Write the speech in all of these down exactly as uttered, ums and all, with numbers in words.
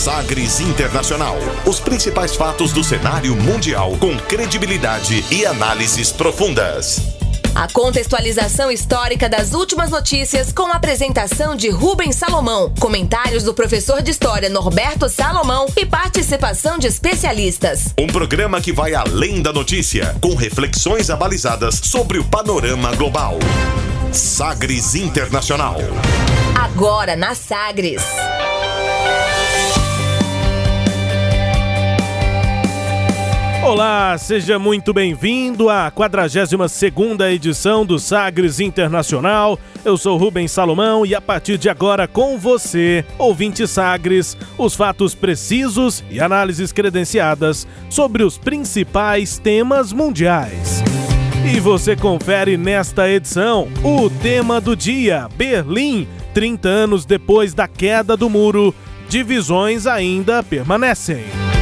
Sagres Internacional. Os principais fatos do cenário mundial com credibilidade e análises profundas. A contextualização histórica das últimas notícias com a apresentação de Rubens Salomão, comentários do professor de História Norberto Salomão e participação de especialistas. Um programa que vai além da notícia, com reflexões abalizadas sobre o panorama global. Sagres Internacional. Agora na Sagres. Olá, seja muito bem-vindo à quadragésima segunda edição do Sagres Internacional. Eu sou Rubens Salomão e a partir de agora com você, ouvinte Sagres, os fatos precisos e análises credenciadas sobre os principais temas mundiais. E você confere nesta edição o tema do dia: Berlim, trinta anos depois da queda do muro, divisões ainda permanecem.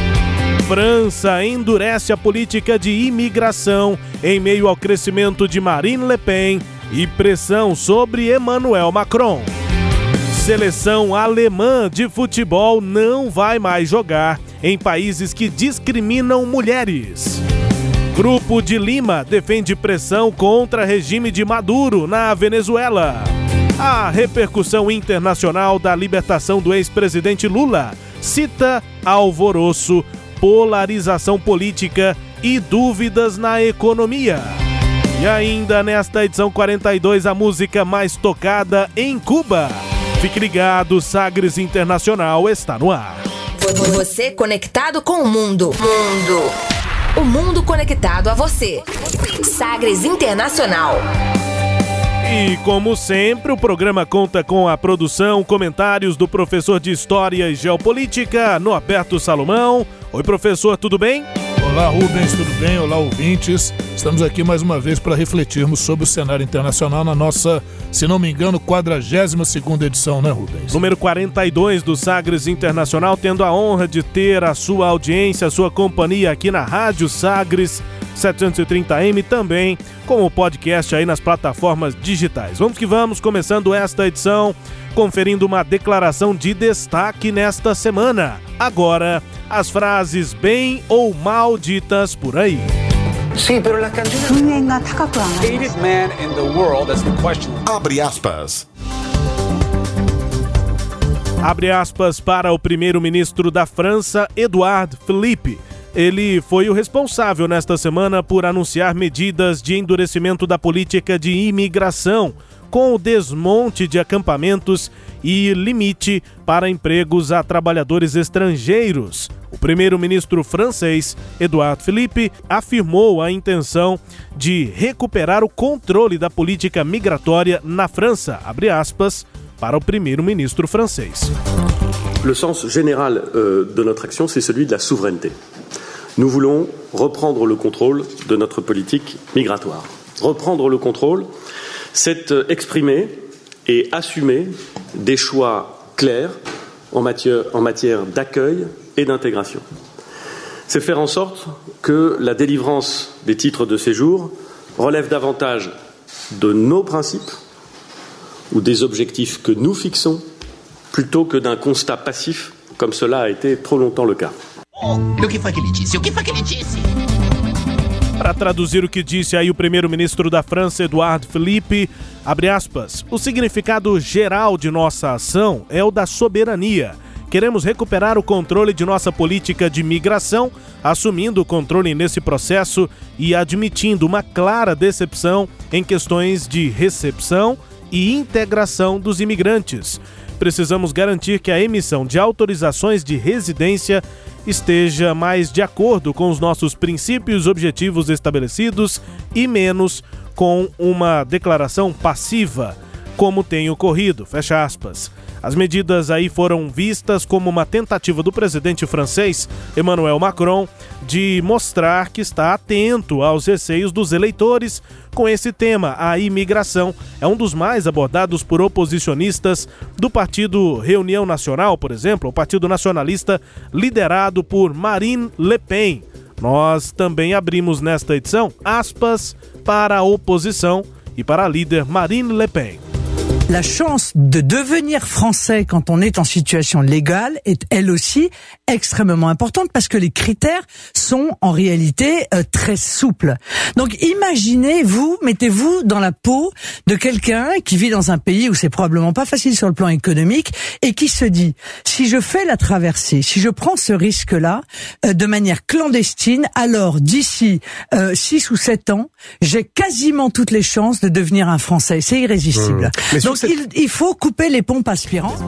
França endurece a política de imigração em meio ao crescimento de Marine Le Pen e pressão sobre Emmanuel Macron. Seleção alemã de futebol não vai mais jogar em países que discriminam mulheres. Grupo de Lima defende pressão contra regime de Maduro na Venezuela. A repercussão internacional da libertação do ex-presidente Lula cita alvoroço, polarização política e dúvidas na economia. E ainda nesta edição quarenta e dois, a música mais tocada em Cuba. Fique ligado, Sagres Internacional está no ar. Você conectado com o mundo. Mundo. O mundo conectado a você. Sagres Internacional. E como sempre, o programa conta com a produção, comentários do professor de História e Geopolítica, Norberto Salomão. Oi, professor, tudo bem? Olá, Rubens, tudo bem? Olá, ouvintes. Estamos aqui mais uma vez para refletirmos sobre o cenário internacional na nossa, se não me engano, quadragésima segunda edição, né, Rubens? Número quarenta e dois do Sagres Internacional, tendo a honra de ter a sua audiência, a sua companhia aqui na Rádio Sagres setecentos e trinta A M, também como podcast aí nas plataformas digitais. Vamos que vamos, começando esta edição, conferindo uma declaração de destaque nesta semana. Agora, as frases bem ou mal ditas por aí. Sim, pero la canción... Hated man in the world, that's the question. Abre aspas. Abre aspas para o primeiro-ministro da França, Édouard Philippe. Ele foi o responsável nesta semana por anunciar medidas de endurecimento da política de imigração, com o desmonte de acampamentos e limite para empregos a trabalhadores estrangeiros. O primeiro-ministro francês, Édouard Philippe, afirmou a intenção de recuperar o controle da política migratória na França, abre aspas, para o primeiro-ministro francês. Le sens général euh, de notre action, c'est celui de la souveraineté. Nous voulons reprendre le contrôle de notre politique migratoire. Reprendre le contrôle, c'est exprimer et assumer des choix clairs en matière, en matière d'accueil et d'intégration. C'est faire en sorte que la délivrance des titres de séjour relève davantage de nos principes ou des objectifs que nous fixons plutôt que d'un constat passif comme cela a été trop longtemps le cas. O que foi que ele disse? O que foi que ele disse? Para traduzir o que disse aí o primeiro-ministro da França, Édouard Philippe, abre aspas, o significado geral de nossa ação é o da soberania. Queremos recuperar o controle de nossa política de migração, assumindo o controle nesse processo e admitindo uma clara decepção em questões de recepção e integração dos imigrantes. Precisamos garantir que a emissão de autorizações de residência esteja mais de acordo com os nossos princípios e objetivos estabelecidos e menos com uma declaração passiva, como tem ocorrido, fecha aspas. As medidas aí foram vistas como uma tentativa do presidente francês, Emmanuel Macron, de mostrar que está atento aos receios dos eleitores com esse tema. A imigração é um dos mais abordados por oposicionistas do Partido Reunião Nacional, por exemplo, o Partido Nacionalista liderado por Marine Le Pen. Nós também abrimos nesta edição aspas para a oposição e para a líder Marine Le Pen. La chance de devenir français quand on est en situation légale est elle aussi extrêmement importante parce que les critères sont en réalité euh, très souples. Donc imaginez, vous, mettez-vous dans la peau de quelqu'un qui vit dans un pays où c'est probablement pas facile sur le plan économique et qui se dit, si je fais la traversée, si je prends ce risque-là euh, de manière clandestine, alors d'ici euh, six ou sept ans, j'ai quasiment toutes les chances de devenir un Français. C'est irrésistible. Mmh. Donc il, il faut couper les pompes aspirantes.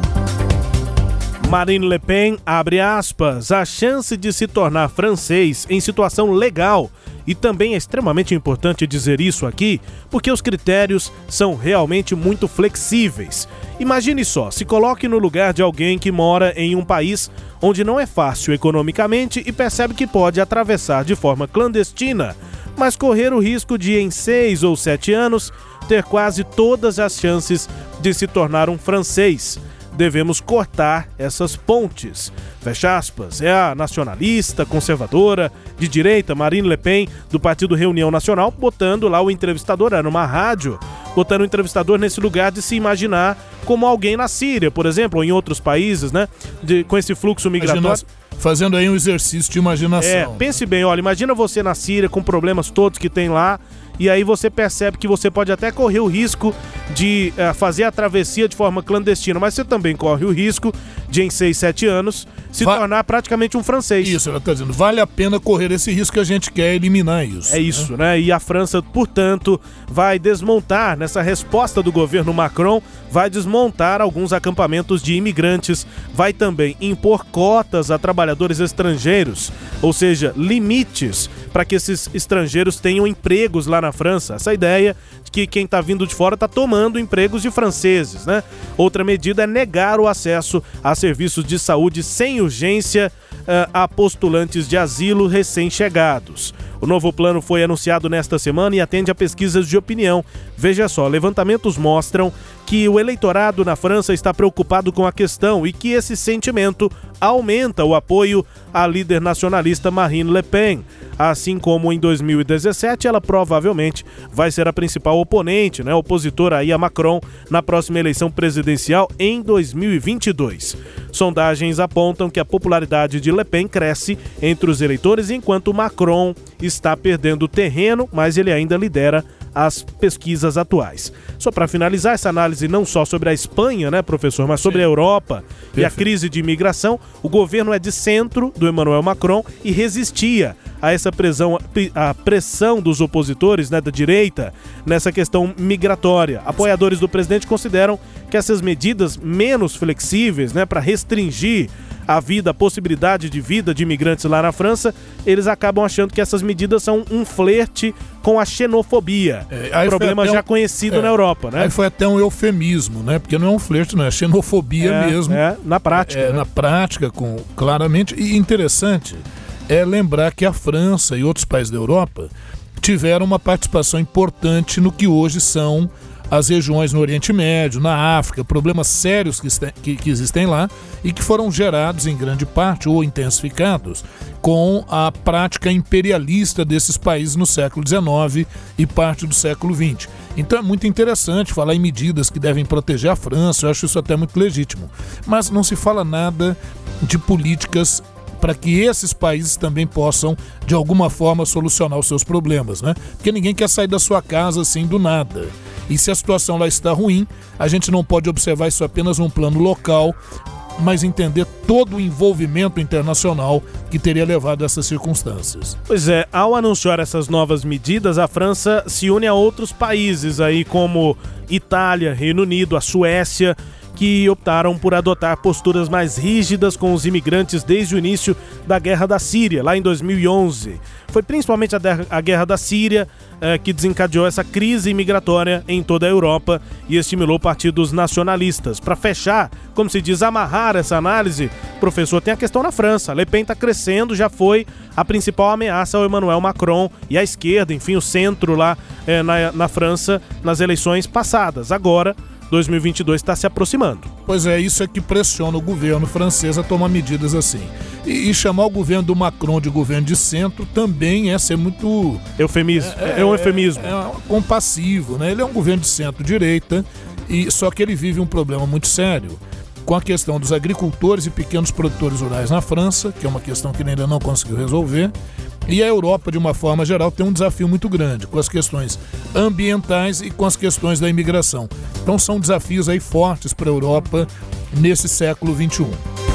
Marine Le Pen, abre aspas, a chance de se tornar francês em situação legal. E também é extremamente importante dizer isso aqui, porque os critérios são realmente muito flexíveis. Imagine só, se coloque no lugar de alguém que mora em um país onde não é fácil economicamente e percebe que pode atravessar de forma clandestina, mas correr o risco de, em seis ou sete anos, ter quase todas as chances de se tornar um francês. Devemos cortar essas pontes. Fecha aspas. É a nacionalista, conservadora, de direita, Marine Le Pen, do Partido Reunião Nacional, botando lá o entrevistador, era numa rádio, botando o entrevistador nesse lugar de se imaginar como alguém na Síria, por exemplo, ou em outros países, né? De, com esse fluxo migratório. Imagina, fazendo aí um exercício de imaginação. É, pense bem, olha, imagina você na Síria com problemas todos que tem lá, e aí você percebe que você pode até correr o risco de uh, fazer a travessia de forma clandestina, mas você também corre o risco de, em seis, sete anos, se Va- tornar praticamente um francês. Isso, ela está dizendo, vale a pena correr esse risco, que a gente quer eliminar isso. É isso, né? né? E a França, portanto, vai desmontar, nessa resposta do governo Macron, vai desmontar alguns acampamentos de imigrantes, vai também impor cotas a trabalhadores estrangeiros, ou seja, limites para que esses estrangeiros tenham empregos lá na França. Essa ideia de que quem está vindo de fora está tomando empregos de franceses, né? Outra medida é negar o acesso a serviços de saúde sem urgência uh, a postulantes de asilo recém-chegados. O novo plano foi anunciado nesta semana e atende a pesquisas de opinião. Veja só, levantamentos mostram que o eleitorado na França está preocupado com a questão e que esse sentimento aumenta o apoio à líder nacionalista Marine Le Pen. Assim como em dois mil e dezessete, ela provavelmente vai ser a principal oponente, né, opositora aí a Macron na próxima eleição presidencial em dois mil e vinte e dois. Sondagens apontam que a popularidade de Le Pen cresce entre os eleitores, enquanto Macron está perdendo terreno, mas ele ainda lidera as pesquisas atuais. Só para finalizar essa análise não só sobre a Espanha, né, professor, mas sobre a Europa e a crise de imigração, o governo é de centro do Emmanuel Macron e resistia a essa pressão, a pressão dos opositores, né, da direita nessa questão migratória. Apoiadores do presidente consideram que essas medidas menos flexíveis, né, para restringir a vida, a possibilidade de vida de imigrantes lá na França, eles acabam achando que essas medidas são um flerte com a xenofobia, é, problema já um, conhecido é, na Europa, né? Aí foi até um eufemismo, né? Porque não é um flerte, não é xenofobia é, mesmo. É, na prática. É, né? Na prática, com, claramente. E interessante é lembrar que a França e outros países da Europa tiveram uma participação importante no que hoje são as regiões no Oriente Médio, na África, problemas sérios que, que, que existem lá e que foram gerados em grande parte ou intensificados com a prática imperialista desses países no século dezenove e parte do século vinte. Então é muito interessante falar em medidas que devem proteger a França, eu acho isso até muito legítimo. Mas não se fala nada de políticas para que esses países também possam, de alguma forma, solucionar os seus problemas, né? Porque ninguém quer sair da sua casa assim do nada. E se a situação lá está ruim, a gente não pode observar isso apenas num plano local, mas entender todo o envolvimento internacional que teria levado a essas circunstâncias. Pois é, ao anunciar essas novas medidas, a França se une a outros países aí como Itália, Reino Unido, a Suécia, que optaram por adotar posturas mais rígidas com os imigrantes desde o início da Guerra da Síria, lá em dois mil e onze. Foi principalmente a, de- a Guerra da Síria eh, que desencadeou essa crise migratória em toda a Europa e estimulou partidos nacionalistas. Para fechar, como se diz, amarrar essa análise, professor, tem a questão na França. Le Pen está crescendo, já foi a principal ameaça ao Emmanuel Macron e à esquerda, enfim, o centro lá eh, na, na França nas eleições passadas. Agora, dois mil e vinte e dois está se aproximando. Pois é, isso é que pressiona o governo francês a tomar medidas assim. E, e chamar o governo do Macron de governo de centro também é ser muito... Eufemismo. É, é, é um eufemismo. É, é compassivo, né? Ele é um governo de centro-direita E, só que ele vive um problema muito sério com a questão dos agricultores e pequenos produtores rurais na França, que é uma questão que ele ainda não conseguiu resolver. E a Europa, de uma forma geral, tem um desafio muito grande com as questões ambientais e com as questões da imigração. Então são desafios aí fortes para a Europa nesse século vinte e um.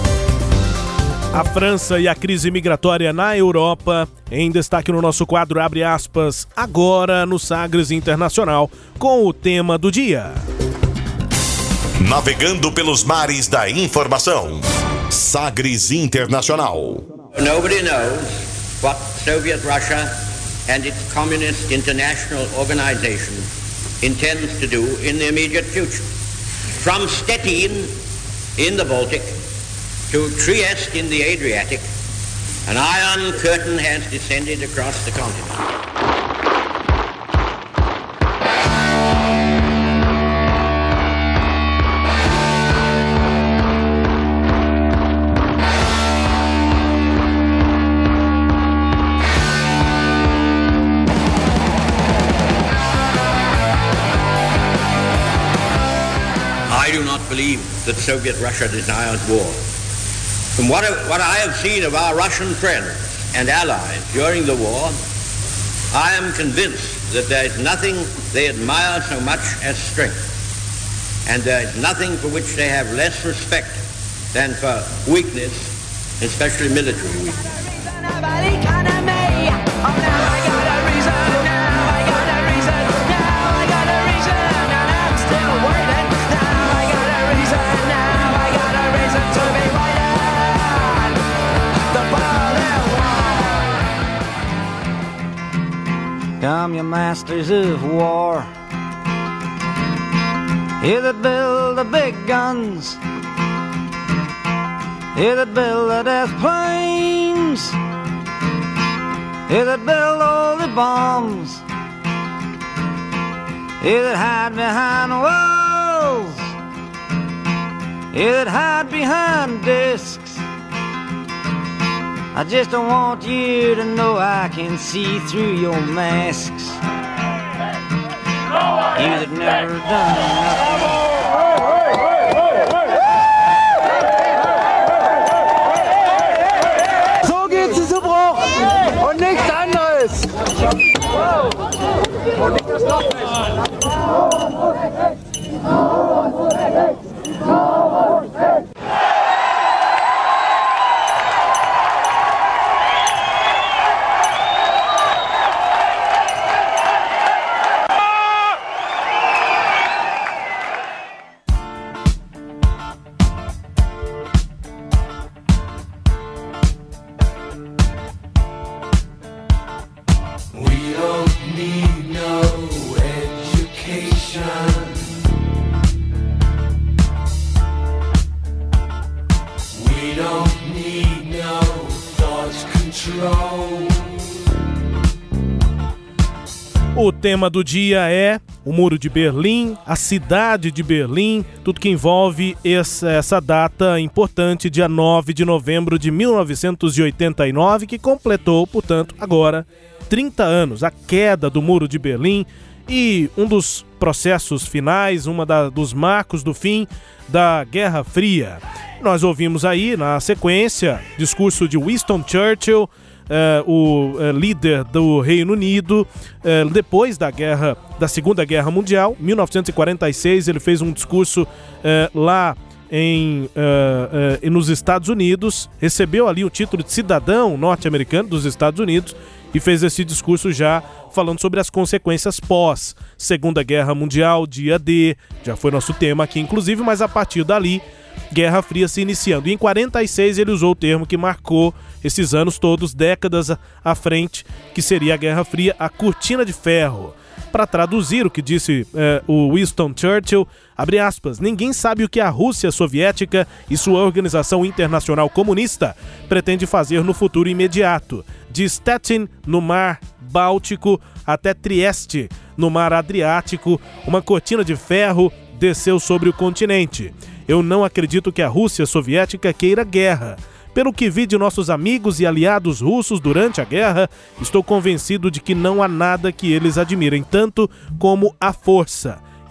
A França e a crise migratória na Europa, em destaque no nosso quadro Abre Aspas, agora no Sagres Internacional, com o tema do dia. Navegando pelos mares da informação. Sagres Internacional. Nobody knows what Soviet Russia and its Communist International Organization intends to do in the immediate future. From Stettin in the Baltic to Trieste in the Adriatic, an iron curtain has descended across the continent. I do not believe that Soviet Russia desires war. From what I, what I have seen of our Russian friends and allies during the war, I am convinced that there is nothing they admire so much as strength. And there is nothing for which they have less respect than for weakness, especially military weakness. Come, you masters of war, you that build the big guns, you that build the death planes, you that build all the bombs, you that hide behind walls, you that hide behind discs. I just don't want you to know I can see through your masks. You that never done nothing. So geht sie zu Bruch und nichts anderes. Und nicht das Loch nicht. O tema do dia é o Muro de Berlim, a cidade de Berlim, tudo que envolve essa, essa data importante, dia nove de novembro de mil novecentos e oitenta e nove, que completou, portanto, agora trinta anos, a queda do Muro de Berlim e um dos processos finais, uma da, dos marcos do fim da Guerra Fria. Nós ouvimos aí, na sequência, discurso de Winston Churchill, Uh, o uh, líder do Reino Unido, uh, depois da guerra, da Segunda Guerra Mundial, mil novecentos e quarenta e seis, ele fez um discurso uh, lá em, uh, uh, nos Estados Unidos, recebeu ali o título de cidadão norte-americano dos Estados Unidos e fez esse discurso já falando sobre as consequências pós Segunda Guerra Mundial, dia D, já foi nosso tema aqui inclusive, mas a partir dali Guerra Fria se iniciando. E em quarenta e seis ele usou o termo que marcou esses anos todos, décadas à frente, que seria a Guerra Fria, a cortina de ferro. Para traduzir o que disse eh, o Winston Churchill, abre aspas, ninguém sabe o que a Rússia soviética e sua organização internacional comunista pretende fazer no futuro imediato. De Stettin, no Mar Báltico, até Trieste, no Mar Adriático, uma cortina de ferro desceu sobre o continente. Eu não acredito que a Rússia soviética queira guerra. Pelo que vi de nossos amigos e aliados russos durante a guerra, estou convencido de que não há nada que eles admirem tanto como a força.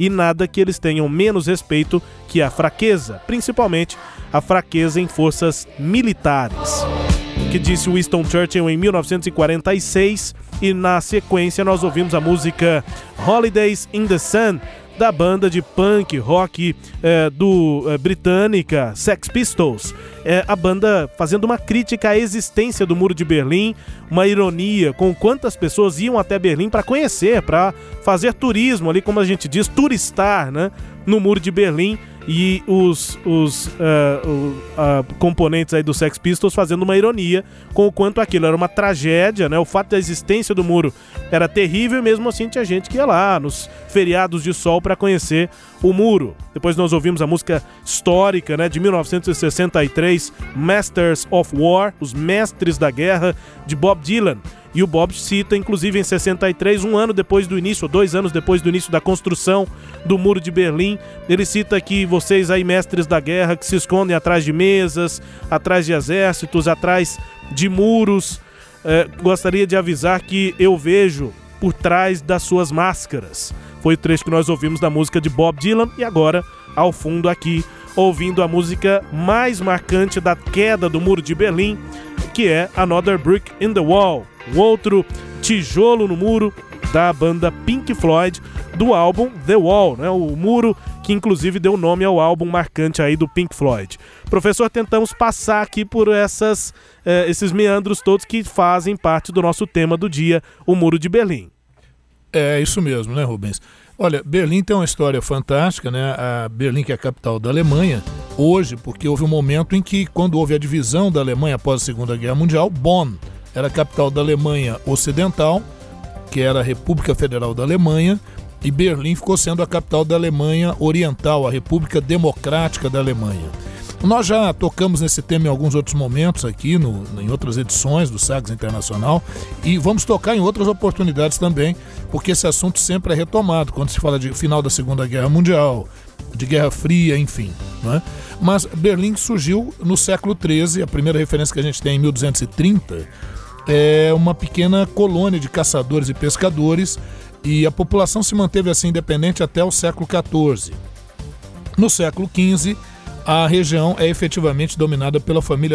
e nada que eles tenham menos respeito que a fraqueza, principalmente a fraqueza em forças militares. Que disse Winston Churchill em mil novecentos e quarenta e seis, e na sequência nós ouvimos a música Holidays in the Sun, da banda de punk rock é, do é, britânica Sex Pistols. É, a banda fazendo uma crítica à existência do Muro de Berlim, uma ironia com quantas pessoas iam até Berlim para conhecer, para fazer turismo ali, como a gente diz, turistar, né, no Muro de Berlim. E os, os uh, uh, uh, componentes aí do Sex Pistols fazendo uma ironia com o quanto aquilo era uma tragédia, né? O fato da existência do muro era terrível e mesmo assim tinha gente que ia lá nos feriados de sol para conhecer o muro. Depois nós ouvimos a música histórica, né, de mil novecentos e sessenta e três, Masters of War, Os Mestres da Guerra, de Bob Dylan. E o Bob cita, inclusive, em sessenta e três, um ano depois do início, ou dois anos depois do início da construção do Muro de Berlim, ele cita que vocês aí, mestres da guerra, que se escondem atrás de mesas, atrás de exércitos, atrás de muros, eh, gostaria de avisar que eu vejo por trás das suas máscaras. Foi o trecho que nós ouvimos da música de Bob Dylan, e agora, ao fundo aqui, ouvindo a música mais marcante da queda do Muro de Berlim, que é Another Brick in the Wall, um outro tijolo no muro, da banda Pink Floyd, do álbum The Wall, né? O muro que inclusive deu nome ao álbum marcante aí do Pink Floyd. Professor, tentamos passar aqui por essas, eh, esses meandros todos que fazem parte do nosso tema do dia, o Muro de Berlim. É isso mesmo, né, Rubens? Olha, Berlim tem uma história fantástica, né? A Berlim, que é a capital da Alemanha, hoje, porque houve um momento em que, quando houve a divisão da Alemanha após a Segunda Guerra Mundial, Bonn era a capital da Alemanha Ocidental, que era a República Federal da Alemanha, e Berlim ficou sendo a capital da Alemanha Oriental, a República Democrática da Alemanha. Nós já tocamos nesse tema em alguns outros momentos aqui, no, em outras edições do Sagres Internacional, e vamos tocar em outras oportunidades também, porque esse assunto sempre é retomado, quando se fala de final da Segunda Guerra Mundial, de Guerra Fria, enfim, né? Mas Berlim surgiu no século treze, a primeira referência que a gente tem é em mil duzentos e trinta, é uma pequena colônia de caçadores e pescadores, e a população se manteve assim independente até o século quatorze. No século quinze, a região é efetivamente dominada pela família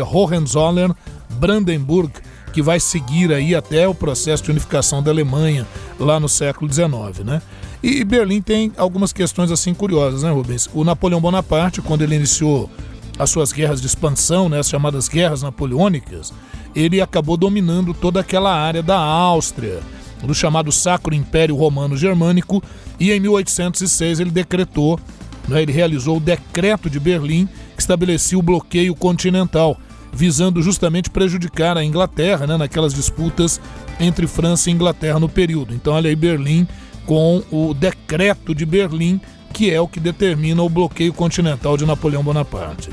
Hohenzollern-Brandenburg, que vai seguir aí até o processo de unificação da Alemanha lá no século dezenove, né? E Berlim tem algumas questões assim curiosas, né, Rubens? O Napoleão Bonaparte, quando ele iniciou as suas guerras de expansão, né, as chamadas guerras napoleônicas, ele acabou dominando toda aquela área da Áustria, do chamado Sacro Império Romano Germânico, e em mil oitocentos e seis ele decretou, né, ele realizou o Decreto de Berlim, que estabelecia o bloqueio continental, visando justamente prejudicar a Inglaterra, né, naquelas disputas entre França e Inglaterra no período. Então olha aí Berlim com o Decreto de Berlim, que é o que determina o bloqueio continental de Napoleão Bonaparte.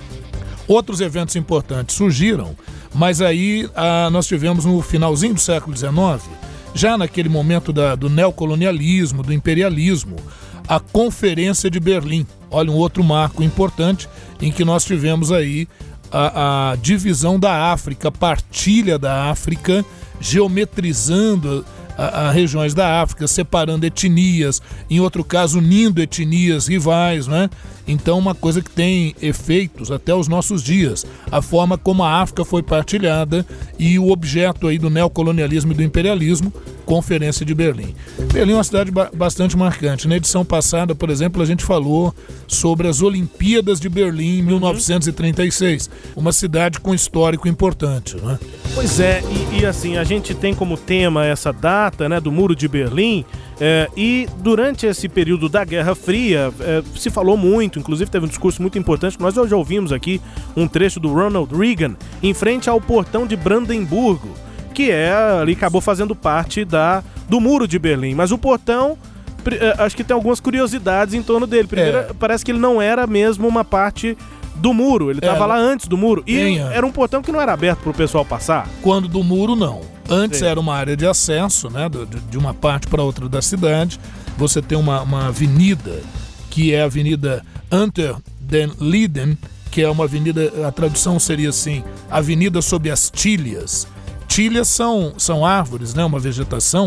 Outros eventos importantes surgiram, mas aí ah, nós tivemos no finalzinho do século dezenove, já naquele momento da, do neocolonialismo, do imperialismo, a Conferência de Berlim. Olha, um outro marco importante em que nós tivemos aí a, a divisão da África, a partilha da África, geometrizando as regiões da África, separando etnias, em outro caso unindo etnias rivais, né? Então uma coisa que tem efeitos até os nossos dias, a forma como a África foi partilhada e o objeto aí do neocolonialismo e do imperialismo, Conferência de Berlim. Berlim é uma cidade ba- bastante marcante. Na edição passada, por exemplo, a gente falou sobre as Olimpíadas de Berlim em mil novecentos e trinta e seis, uma cidade com histórico importante, né? Pois é, e, e assim, a gente tem como tema essa data, né, do Muro de Berlim, é, e durante esse período da Guerra Fria, é, se falou muito, inclusive teve um discurso muito importante, que nós já ouvimos aqui, um trecho do Ronald Reagan, em frente ao portão de Brandemburgo, que é, ali acabou fazendo parte da, do Muro de Berlim, mas o portão, acho que tem algumas curiosidades em torno dele. Primeiro, é. parece que ele não era mesmo uma parte do muro, ele estava é, lá antes do muro, e bem, era um portão que não era aberto para o pessoal passar. Quando do muro, não. Antes Sim. era uma área de acesso, né, de, de uma parte para outra da cidade. Você tem uma, uma avenida, que é a Avenida Unter den Linden, que é uma avenida, a tradução seria assim, Avenida sob as Tilhas. Tilhas são, são árvores, né, uma vegetação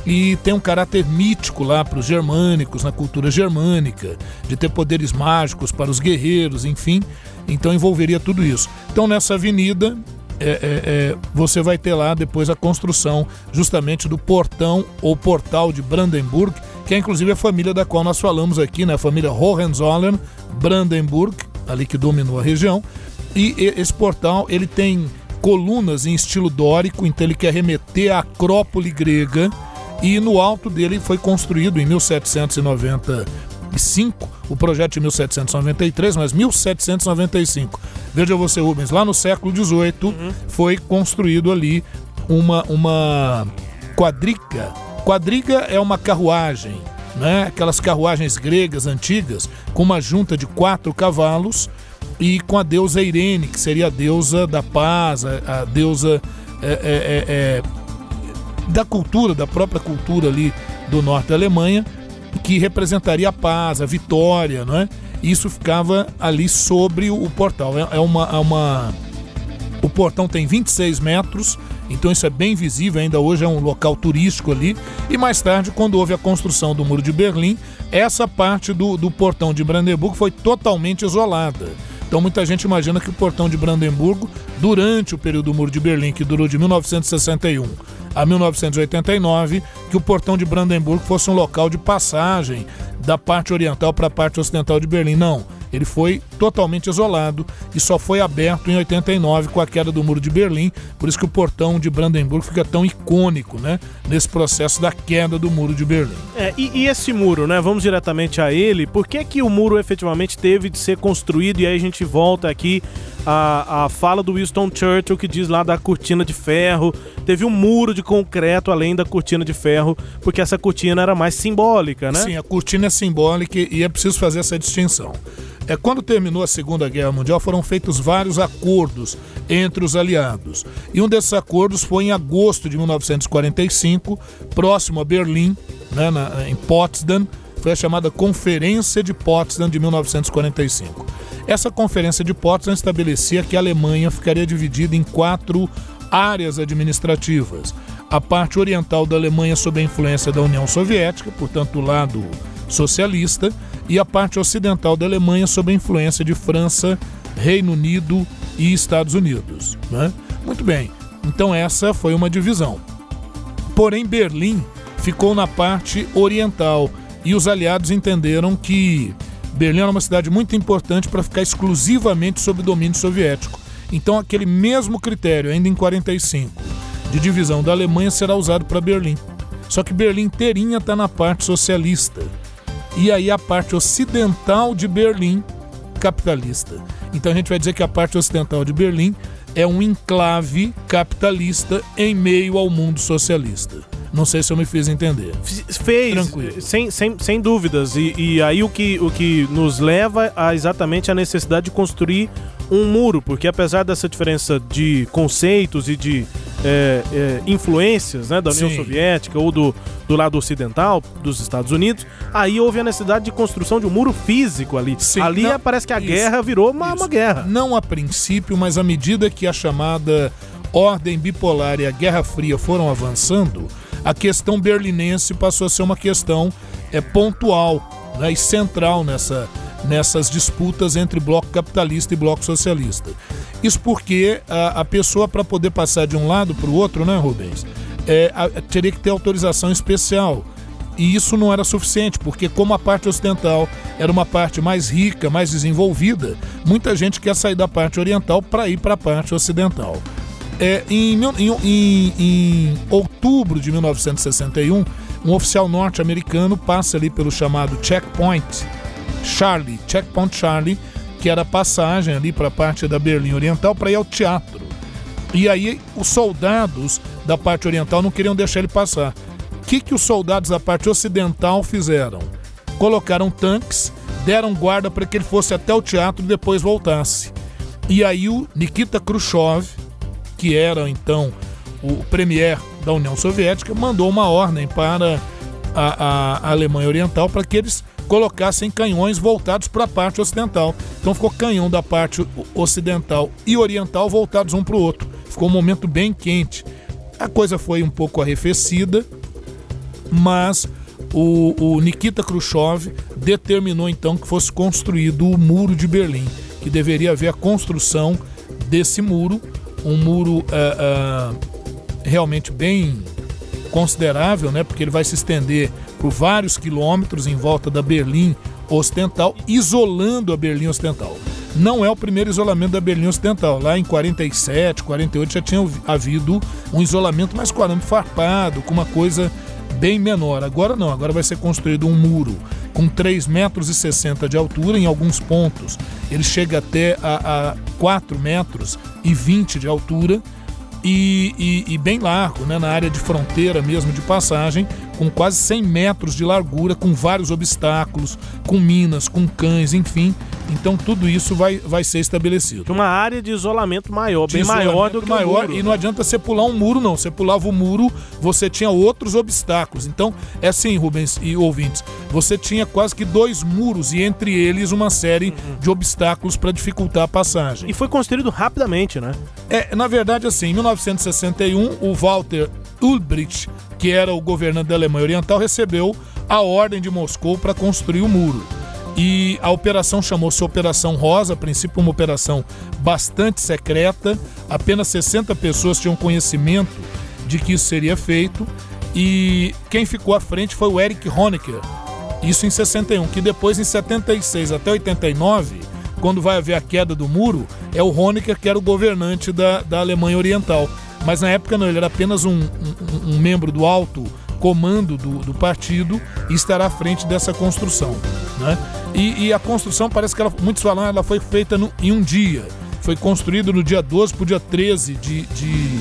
e tem um caráter mítico lá para os germânicos, na cultura germânica, de ter poderes mágicos para os guerreiros, enfim, então envolveria tudo isso. Então nessa avenida é, é, é, você vai ter lá depois a construção justamente do portão ou portal de Brandenburg, que é inclusive a família da qual nós falamos aqui, né? A família Hohenzollern-Brandenburg, ali que dominou a região, e esse portal ele tem colunas em estilo dórico, então ele quer remeter à Acrópole grega, e no alto dele foi construído em mil setecentos e noventa e cinco, o projeto de mil setecentos e noventa e três, mas mil setecentos e noventa e cinco. Veja você, Rubens, lá no século dezoito uhum. foi construído ali uma, uma quadriga. Quadriga é uma carruagem, né? Aquelas carruagens gregas antigas, com uma junta de quatro cavalos e com a deusa Irene, que seria a deusa da paz, a, a deusa é, é, é, é, da cultura, da própria cultura ali do norte da Alemanha, que representaria a paz, a vitória, não é? Isso ficava ali sobre o, o portal. É, é uma, é uma... O portão tem vinte e seis metros, então isso é bem visível, ainda hoje é um local turístico ali. E mais tarde, quando houve a construção do Muro de Berlim, essa parte do, do portão de Brandenburgo foi totalmente isolada. Então muita gente imagina que o portão de Brandemburgo, durante o período do Muro de Berlim, que durou de mil novecentos e sessenta e um a mil novecentos e oitenta e nove, que o portão de Brandemburgo fosse um local de passagem da parte oriental para a parte ocidental de Berlim. Não, ele foi totalmente isolado e só foi aberto em oitenta e nove com a queda do Muro de Berlim, por isso que o portão de Brandemburgo fica tão icônico, né, nesse processo da queda do Muro de Berlim. É, e, e esse muro, né, vamos diretamente a ele, por que que o muro efetivamente teve de ser construído? E aí a gente volta aqui a, a fala do Winston Churchill, que diz lá da cortina de ferro, teve um muro de concreto além da cortina de ferro, porque essa cortina era mais simbólica, né? Sim, a cortina é simbólica e é preciso fazer essa distinção. É, quando terminou a Segunda Guerra Mundial, foram feitos vários acordos entre os aliados. E um desses acordos foi em agosto de mil novecentos e quarenta e cinco, próximo a Berlim, né, na, em Potsdam, foi a chamada Conferência de Potsdam de mil novecentos e quarenta e cinco. Essa Conferência de Potsdam estabelecia que a Alemanha ficaria dividida em quatro áreas administrativas. A parte oriental da Alemanha sob a influência da União Soviética, portanto do lado socialista, e a parte ocidental da Alemanha sob a influência de França, Reino Unido e Estados Unidos, né? Muito bem, então essa foi uma divisão. Porém, Berlim ficou na parte oriental e os aliados entenderam que Berlim era uma cidade muito importante para ficar exclusivamente sob domínio soviético. Então aquele mesmo critério, ainda em quarenta e cinco, de divisão da Alemanha será usado para Berlim. Só que Berlim inteirinha está na parte socialista. E aí a parte ocidental de Berlim, capitalista. Então a gente vai dizer que a parte ocidental de Berlim é um enclave capitalista em meio ao mundo socialista. Não sei se eu me fiz entender. Fez, Tranquilo. Sem, sem, sem dúvidas. E, e aí o que, o que nos leva a exatamente a necessidade de construir um muro, porque apesar dessa diferença de conceitos e de é, é, influências, né, da União Sim. Soviética ou do, do lado ocidental dos Estados Unidos, aí houve a necessidade de construção de um muro físico ali. Sim, ali não, parece que a isso, guerra virou uma, uma guerra. Não a princípio, mas à medida que a chamada ordem bipolar e a Guerra Fria foram avançando, a questão berlinense passou a ser uma questão é, pontual, né, e central nessa, nessas disputas entre bloco capitalista e bloco socialista. Isso porque a, a pessoa, para poder passar de um lado para o outro, né, Rubens, é, a, teria que ter autorização especial. E isso não era suficiente, porque como a parte ocidental era uma parte mais rica, mais desenvolvida, muita gente quer sair da parte oriental para ir para a parte ocidental. É, em, em, em, em outubro de mil novecentos e sessenta e um, um oficial norte-americano passa ali pelo chamado Checkpoint Charlie, Checkpoint Charlie, que era a passagem ali para a parte da Berlim Oriental para ir ao teatro. E aí os soldados da parte oriental não queriam deixar ele passar. O que, que os soldados da parte ocidental fizeram? Colocaram tanques, deram guarda para que ele fosse até o teatro e depois voltasse. E aí o Nikita Khrushchev, que era então o premier da União Soviética, mandou uma ordem para a, a, a Alemanha Oriental para que eles colocassem canhões voltados para a parte ocidental. Então ficou canhão da parte ocidental e oriental voltados um para o outro. Ficou um momento bem quente. A coisa foi um pouco arrefecida mas o, o Nikita Khrushchev determinou então que fosse construído o Muro de Berlim, que deveria haver a construção desse muro, um muro uh, uh, realmente bem considerável, né, porque ele vai se estender por vários quilômetros em volta da Berlim Ocidental, isolando a Berlim Ocidental. Não é o primeiro isolamento da Berlim Ocidental. Lá em quarenta e sete, quarenta e oito já tinha havido um isolamento mais com arame farpado, com uma coisa bem menor. Agora não, agora vai ser construído um muro com três metros e sessenta de altura, em alguns pontos ele chega até a, a quatro metros e vinte de altura, e, e, e bem largo, né, na área de fronteira mesmo de passagem, com quase cem metros de largura, com vários obstáculos, com minas, com cães, enfim. Então tudo isso vai, vai ser estabelecido. Uma área de isolamento maior, de bem isolamento maior do que maior, o muro. E não adianta você pular um muro, não. Você pulava o muro, você tinha outros obstáculos. Então, é assim, Rubens e ouvintes, você tinha quase que dois muros e entre eles uma série uhum. de obstáculos para dificultar a passagem. E foi construído rapidamente, né? É, na verdade, assim, em mil novecentos e sessenta e um, o Walter Ulbricht, que era o governante da Alemanha Oriental, recebeu a ordem de Moscou para construir o muro. E a operação chamou-se Operação Rosa, a princípio uma operação bastante secreta, apenas sessenta pessoas tinham conhecimento de que isso seria feito, e quem ficou à frente foi o Erich Honecker, isso em sessenta e um, que depois em setenta e seis até oitenta e nove, quando vai haver a queda do muro, é o Honecker que era o governante da, da Alemanha Oriental, mas na época não, ele era apenas um, um, um membro do alto comando do, do partido e estará à frente dessa construção, né? E, e a construção, parece que ela, muitos falam, ela foi feita no, em um dia. Foi construído no dia doze para o dia treze de, de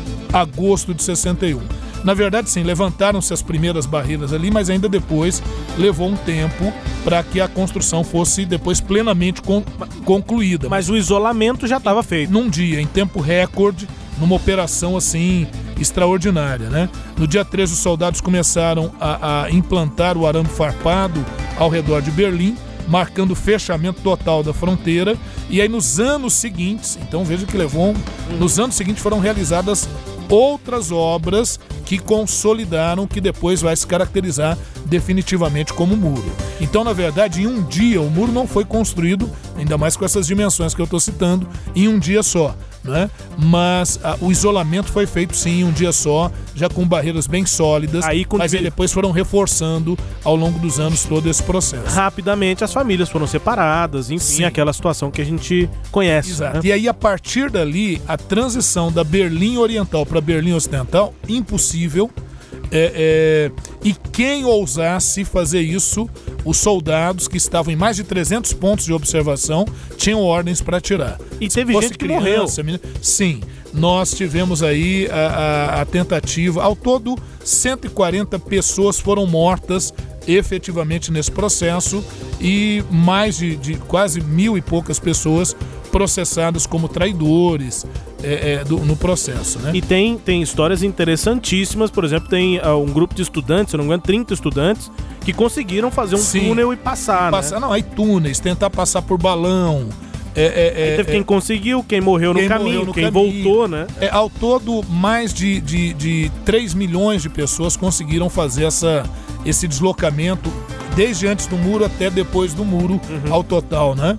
agosto de sessenta e um. Na verdade, sim, levantaram-se as primeiras barreiras ali, mas ainda depois levou um tempo para que a construção fosse depois plenamente con- concluída. Mas o isolamento já estava feito. Num dia, em tempo recorde, numa operação assim extraordinária, né? No dia treze, os soldados começaram a, a implantar o arame farpado ao redor de Berlim, marcando o fechamento total da fronteira. E aí nos anos seguintes, então veja que levou um, nos anos seguintes foram realizadas outras obras que consolidaram, que depois vai se caracterizar definitivamente como muro. Então, na verdade, em um dia, o muro não foi construído, ainda mais com essas dimensões que eu estou citando, em um dia só, né? Mas a, o isolamento foi feito sim em um dia só, já com barreiras bem sólidas, aí, mas de... depois foram reforçando ao longo dos anos todo esse processo. Rapidamente as famílias foram separadas, enfim, sim. Aquela situação que a gente conhece. Exato. Né? E aí, a partir dali, a transição da Berlim Oriental para Berlim Ocidental, impossível. É, é, e quem ousasse fazer isso, os soldados que estavam em mais de trezentos pontos de observação tinham ordens para atirar. E Se teve gente que criança, morreu. Menina, sim, nós tivemos aí a, a, a tentativa. Ao todo, cento e quarenta pessoas foram mortas efetivamente nesse processo e mais de, de quase mil e poucas pessoas processadas como traidores é, é, do, no processo, né? E tem, tem histórias interessantíssimas, por exemplo, tem uh, um grupo de estudantes, se não me engano, trinta estudantes, que conseguiram fazer um Sim. túnel e passar, passar, né? Não, aí túneis, tentar passar por balão. É, é, é, teve é, quem conseguiu, quem morreu quem no caminho, morreu no quem caminho. voltou, né? É, ao todo, mais de, de, de três milhões de pessoas conseguiram fazer essa, esse deslocamento desde antes do muro até depois do muro, uhum. ao total, né?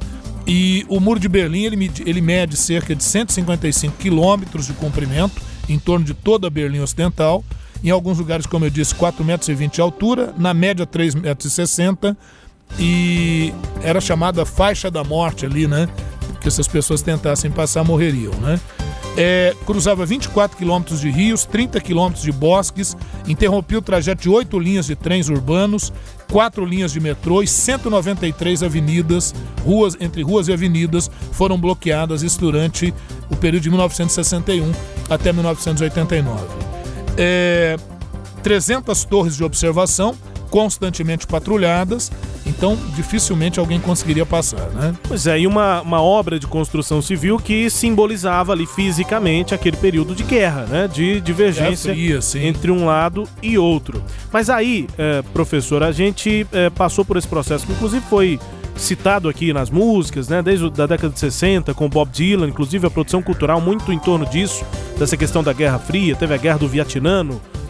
E o Muro de Berlim, ele, ele mede cerca de cento e cinquenta e cinco quilômetros de comprimento, em torno de toda a Berlim Ocidental. Em alguns lugares, como eu disse, quatro metros e vinte de altura, na média três metros e sessenta, e era chamada faixa da morte ali, né? Porque se as pessoas tentassem passar, morreriam, né? É, cruzava vinte e quatro quilômetros de rios, trinta quilômetros de bosques, interrompia o trajeto de oito linhas de trens urbanos, quatro linhas de metrô e cento e noventa e três avenidas, ruas, entre ruas e avenidas, foram bloqueadas isso durante o período de mil novecentos e sessenta e um até mil novecentos e oitenta e nove. É, trezentas torres de observação, constantemente patrulhadas, então dificilmente alguém conseguiria passar, né? Pois é, e uma, uma obra de construção civil que simbolizava ali fisicamente aquele período de guerra, né? De divergência fria, entre um lado e outro. Mas aí, é, professor, a gente é, passou por esse processo, que inclusive foi citado aqui nas músicas, né? Desde a década de sessenta, com Bob Dylan, inclusive a produção cultural muito em torno disso, dessa questão da Guerra Fria, teve a Guerra do Vietnã no,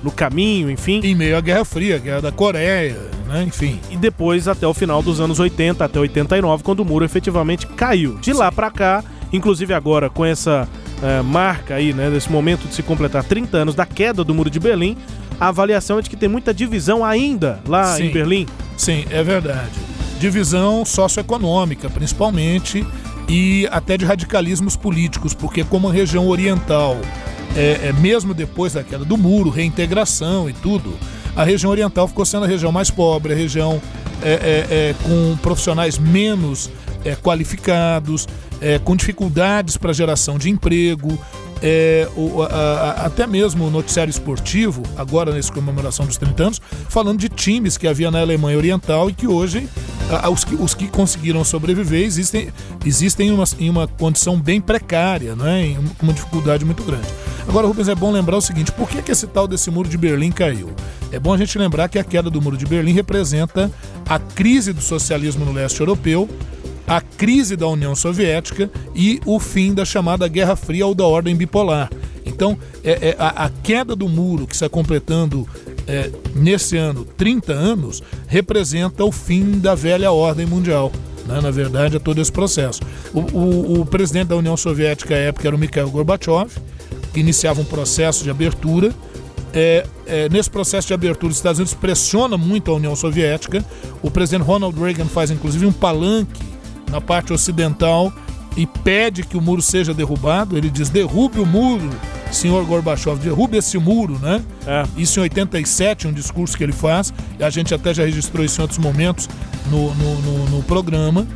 no caminho, enfim. Em meio à Guerra Fria, a Guerra da Coreia, né? Enfim. E depois até o final dos anos oitenta, até oitenta e nove, quando o muro efetivamente caiu. De lá pra cá, inclusive agora com essa uh, marca aí, né, desse momento de se completar trinta anos da queda do Muro de Berlim, a avaliação é de que tem muita divisão ainda lá Sim. em Berlim. Sim, é verdade. Divisão socioeconômica, principalmente, e até de radicalismos políticos, porque como a região oriental, é, é, mesmo depois da queda do muro, reintegração e tudo, a região oriental ficou sendo a região mais pobre, a região é, é, é, com profissionais menos é, qualificados, é, com dificuldades para geração de emprego. É, o, a, a, até mesmo o noticiário esportivo, agora nessa comemoração dos trinta anos, falando de times que havia na Alemanha Oriental e que hoje a, os, que, os que conseguiram sobreviver existem, existem em, uma, em uma condição bem precária, né, em uma dificuldade muito grande. Agora, Rubens, é bom lembrar o seguinte: por que, que esse tal desse Muro de Berlim caiu? É bom a gente lembrar que a queda do Muro de Berlim representa a crise do socialismo no leste europeu, a crise da União Soviética e o fim da chamada Guerra Fria ou da Ordem Bipolar. Então, é, é, a, a queda do muro, que está completando é, nesse ano trinta anos, representa o fim da velha ordem mundial. Né? Na verdade, é todo esse processo. O, o, o presidente da União Soviética à época era o Mikhail Gorbachev, que iniciava um processo de abertura. É, é, nesse processo de abertura, os Estados Unidos pressionam muito a União Soviética. O presidente Ronald Reagan faz, inclusive, um palanque na parte ocidental e pede que o muro seja derrubado. Ele diz: derrube o muro, senhor Gorbachev, derrube esse muro, né? É. Isso em oitenta e sete, um discurso que ele faz, e a gente até já registrou isso em outros momentos no, no, no, no programa.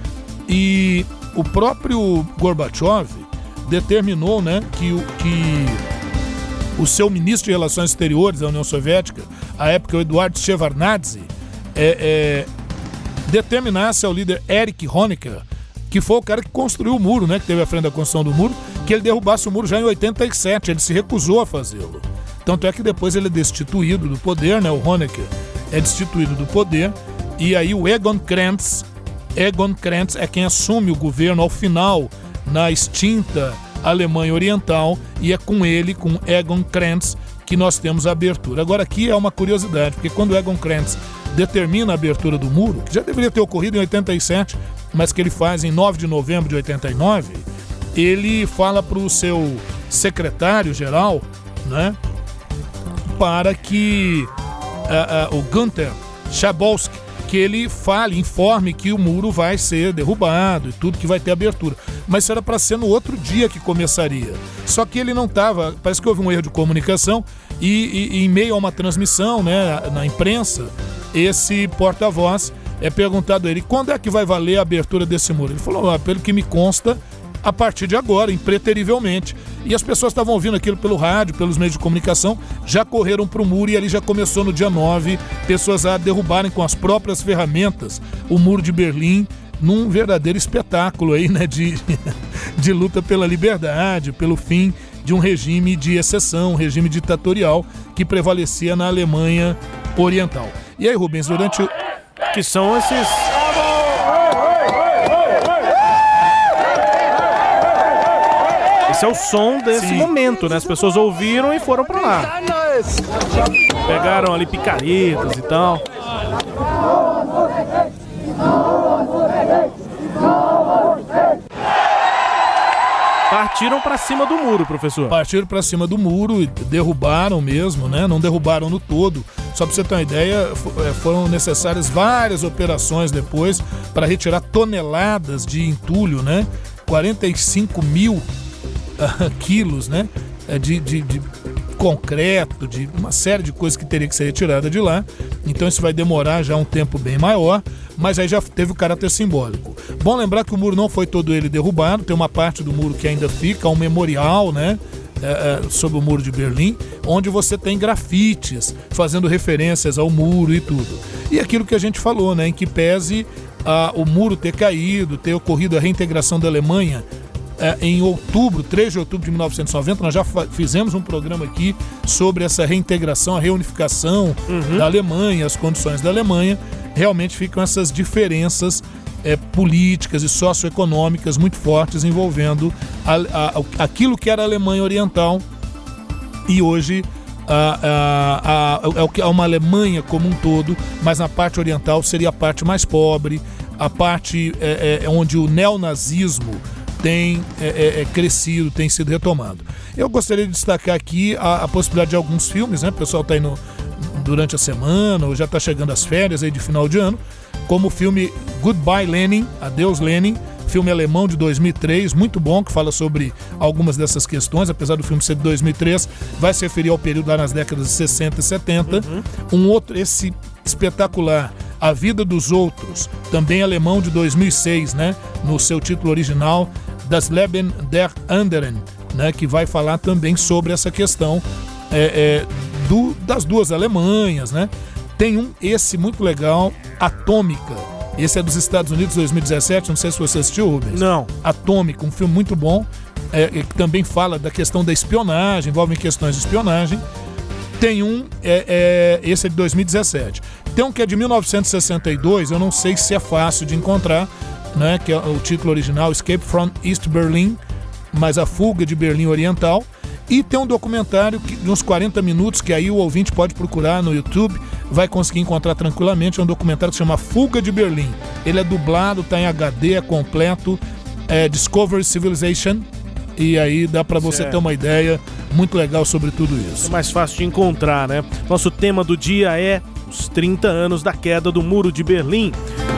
E o próprio Gorbachev determinou, né, que, o, que o seu ministro de Relações Exteriores da União Soviética, à época o Eduard Shevardnadze, é, é, determinasse ao líder Erich Honecker, que foi o cara que construiu o muro, né, que teve à frente da construção do muro, que ele derrubasse o muro já em oitenta e sete. Ele se recusou a fazê-lo. Tanto é que depois ele é destituído do poder, né, o Honecker é destituído do poder, e aí o Egon Krenz, Egon Krenz é quem assume o governo ao final na extinta Alemanha Oriental, e é com ele, com Egon Krenz, que nós temos a abertura. Agora aqui é uma curiosidade, porque quando Egon Krenz determina a abertura do muro, que já deveria ter ocorrido em oitenta e sete, mas que ele faz em nove de novembro de oitenta e nove, ele fala para o seu secretário-geral, né, para que uh, uh, o Günther Schabowski, que ele fale, informe que o muro vai ser derrubado e tudo, que vai ter abertura. Mas isso era para ser no outro dia que começaria. Só que ele não estava, parece que houve um erro de comunicação e, e, e em meio a uma transmissão, né, na imprensa, esse porta-voz é perguntado a ele: quando é que vai valer a abertura desse muro? Ele falou: ah, pelo que me consta, a partir de agora, impreterivelmente. E as pessoas estavam ouvindo aquilo pelo rádio, pelos meios de comunicação, já correram para o muro, e ali já começou no dia nove, pessoas a derrubarem com as próprias ferramentas o Muro de Berlim, num verdadeiro espetáculo aí, né, de, de luta pela liberdade, pelo fim de um regime de exceção, um regime ditatorial que prevalecia na Alemanha Oriental. E aí, Rubens, durante o... Que são esses... Esse é o som desse Sim. momento, né? As pessoas ouviram e foram pra lá. Pegaram ali picaretas e tal. Partiram pra cima do muro, professor. Partiram pra cima do muro e derrubaram mesmo, né? Não derrubaram no todo. Só pra você ter uma ideia, foram necessárias várias operações depois para retirar toneladas de entulho, né? quarenta e cinco mil uh, quilos, né? De, de, de concreto, de uma série de coisas que teria que ser retirada de lá. Então isso vai demorar já um tempo bem maior, mas aí já teve o caráter simbólico. Bom lembrar que o muro não foi todo ele derrubado, tem uma parte do muro que ainda fica, um memorial, né, é, é, sobre o Muro de Berlim, onde você tem grafites fazendo referências ao muro e tudo. E aquilo que a gente falou, né, em que pese a, o muro ter caído, ter ocorrido a reintegração da Alemanha é, em outubro, três de outubro de mil novecentos e noventa, nós já fa- fizemos um programa aqui sobre essa reintegração, a reunificação uhum. da Alemanha, as condições da Alemanha. Realmente ficam essas diferenças é, políticas e socioeconômicas muito fortes envolvendo a, a, aquilo que era a Alemanha Oriental e hoje a, a, a, a uma Alemanha como um todo, mas na parte oriental seria a parte mais pobre, a parte é, é, onde o neonazismo tem é, é, crescido, tem sido retomado. Eu gostaria de destacar aqui a, a possibilidade de alguns filmes, né? O pessoal está indo durante a semana, ou já está chegando as férias aí de final de ano, como o filme Goodbye Lenin, Adeus Lenin, filme alemão de dois mil e três, muito bom, que fala sobre algumas dessas questões, apesar do filme ser de dois mil e três, vai se referir ao período lá nas décadas de sessenta e setenta. Uhum. Um outro, esse espetacular, A Vida dos Outros, também alemão de dois mil e seis, né, no seu título original, Das Leben der Anderen, né, que vai falar também sobre essa questão é, é, do, das duas Alemanhas, né. Tem um, esse muito legal, Atômica. Esse é dos Estados Unidos, dois mil e dezessete, não sei se você assistiu, Rubens. Não. Atômica, um filme muito bom, é, que também fala da questão da espionagem, envolve questões de espionagem. Tem um, é, é, esse é de dois mil e dezessete. Tem um que é de mil novecentos e sessenta e dois, eu não sei se é fácil de encontrar, né, que é o título original, Escape from East Berlin, mas a fuga de Berlim Oriental. E tem um documentário que, de uns quarenta minutos, que aí o ouvinte pode procurar no YouTube, vai conseguir encontrar tranquilamente. É um documentário que se chama Fuga de Berlim. Ele é dublado, está em H D, é completo, é Discovery Civilization, e aí dá para você certo. ter uma ideia muito legal sobre tudo isso. É mais fácil de encontrar, né? Nosso tema do dia é os trinta anos da queda do Muro de Berlim.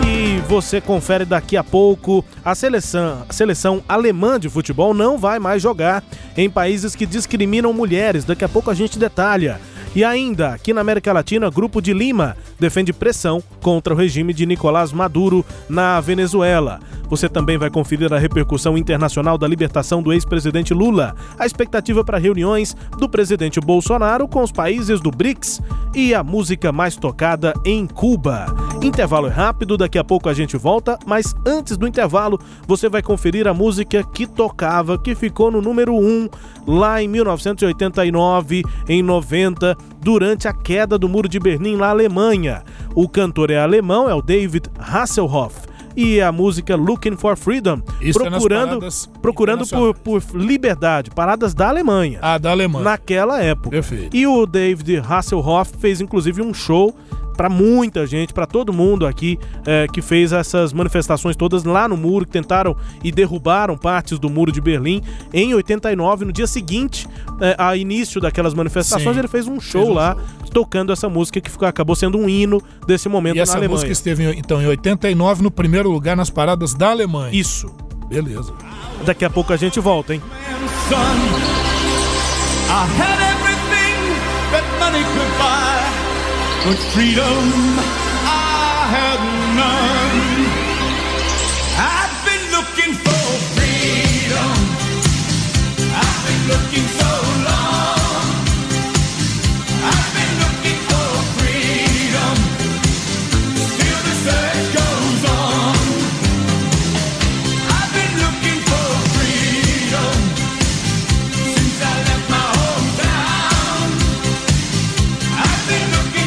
E você confere daqui a pouco, a seleção, a seleção alemã de futebol não vai mais jogar em países que discriminam mulheres. Daqui a pouco a gente detalha. E ainda, aqui na América Latina, Grupo de Lima defende pressão contra o regime de Nicolás Maduro na Venezuela. Você também vai conferir a repercussão internacional da libertação do ex-presidente Lula, a expectativa para reuniões do presidente Bolsonaro com os países do B R I C S e a música mais tocada em Cuba. Intervalo é rápido, daqui a pouco a gente volta, mas antes do intervalo você vai conferir a música que tocava, que ficou no número um lá em mil novecentos e oitenta e nove, em noventa, durante a queda do Muro de Berlim na Alemanha. O cantor é alemão, é o David Hasselhoff. E a música Looking for Freedom, Isso procurando, é procurando por, por liberdade, paradas da Alemanha. Ah, da Alemanha. Naquela época. Perfeito. E o David Hasselhoff fez inclusive um show para muita gente, para todo mundo aqui é, que fez essas manifestações todas lá no muro, que tentaram e derrubaram partes do Muro de Berlim em oitenta e nove. No dia seguinte, é, a início daquelas manifestações, Sim, ele fez um show fez um lá, show. tocando essa música que ficou, acabou sendo um hino desse momento na Alemanha. E essa música esteve, então, em oitenta e nove, no primeiro lugar nas paradas da Alemanha. Isso. Beleza. Daqui a pouco a gente volta, hein? But freedom I had none. I've been looking for freedom. I've been looking so long. I've been looking for freedom. Still the search goes on. I've been looking for freedom since I left my hometown. I've been looking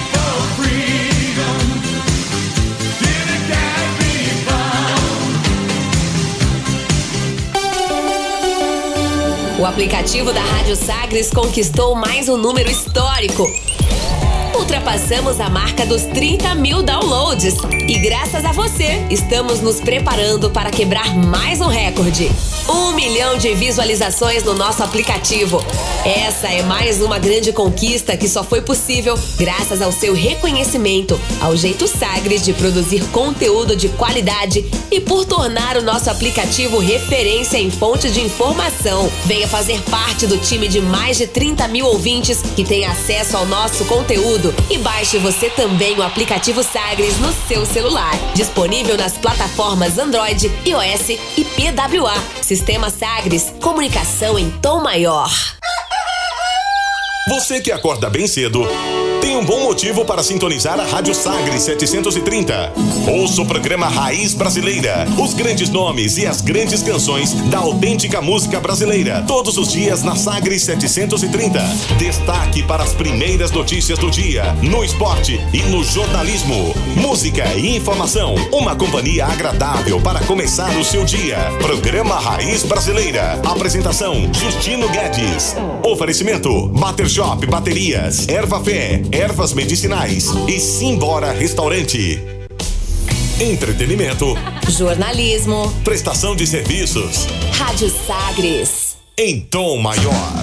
O aplicativo da Rádio Sagres conquistou mais um número histórico. Ultrapassamos a marca dos trinta mil downloads. E graças a você, estamos nos preparando para quebrar mais um recorde. Um milhão de visualizações no nosso aplicativo. Essa é mais uma grande conquista que só foi possível graças ao seu reconhecimento, ao jeito Sagres de produzir conteúdo de qualidade e por tornar o nosso aplicativo referência em fontes de informação. Venha fazer parte do time de mais de trinta mil ouvintes que tem acesso ao nosso conteúdo e baixe você também o aplicativo Sagres no seu celular. Disponível nas plataformas Android, iOS e P W A. Sistema Sagres, comunicação em tom maior. Você que acorda bem cedo tem um bom motivo para sintonizar a Rádio Sagres setecentos e trinta. Ouça o programa Raiz Brasileira, os grandes nomes e as grandes canções da autêntica música brasileira, todos os dias na Sagres setecentos e trinta. Destaque para as primeiras notícias do dia, no esporte e no jornalismo. Música e informação, uma companhia agradável para começar o seu dia. Programa Raiz Brasileira. Apresentação Justino Guedes. Oferecimento Bater Shop Baterias, Erva Fé, Ervas Medicinais e Simbora Restaurante. Entretenimento, jornalismo, prestação de serviços. Rádio Sagres em tom maior.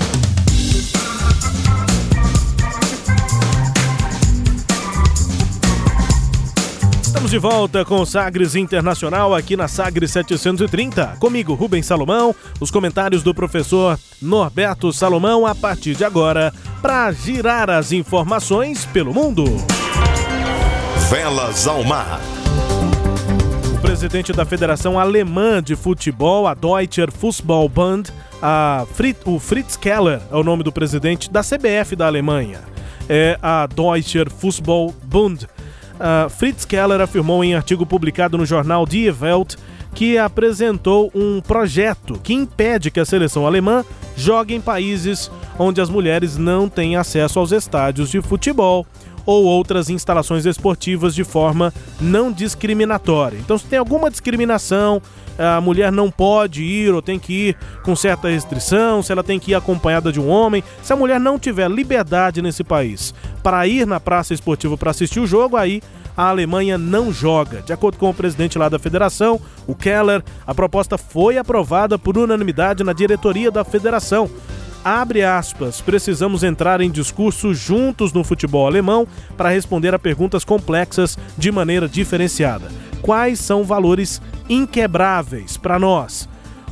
Estamos de volta com o Sagres Internacional aqui na Sagres setecentos e trinta. Comigo, Rubens Salomão, os comentários do professor Norberto Salomão a partir de agora, para girar as informações pelo mundo. Velas ao mar. O presidente da Federação Alemã de Futebol, a Deutscher Fußballbund, a Fritz, o Fritz Keller é o nome do presidente da C B F da Alemanha. É a Deutscher Fußballbund. Uh, Fritz Keller afirmou em artigo publicado no jornal Die Welt que apresentou um projeto que impede que a seleção alemã jogue em países onde as mulheres não têm acesso aos estádios de futebol ou outras instalações esportivas de forma não discriminatória. Então, se tem alguma discriminação, a mulher não pode ir ou tem que ir com certa restrição, se ela tem que ir acompanhada de um homem, se a mulher não tiver liberdade nesse país para ir na praça esportiva para assistir o jogo, aí a Alemanha não joga. De acordo com o presidente lá da federação, o Keller, a proposta foi aprovada por unanimidade na diretoria da federação. Abre aspas, precisamos entrar em discurso juntos no futebol alemão para responder a perguntas complexas de maneira diferenciada. Quais são valores inquebráveis para nós?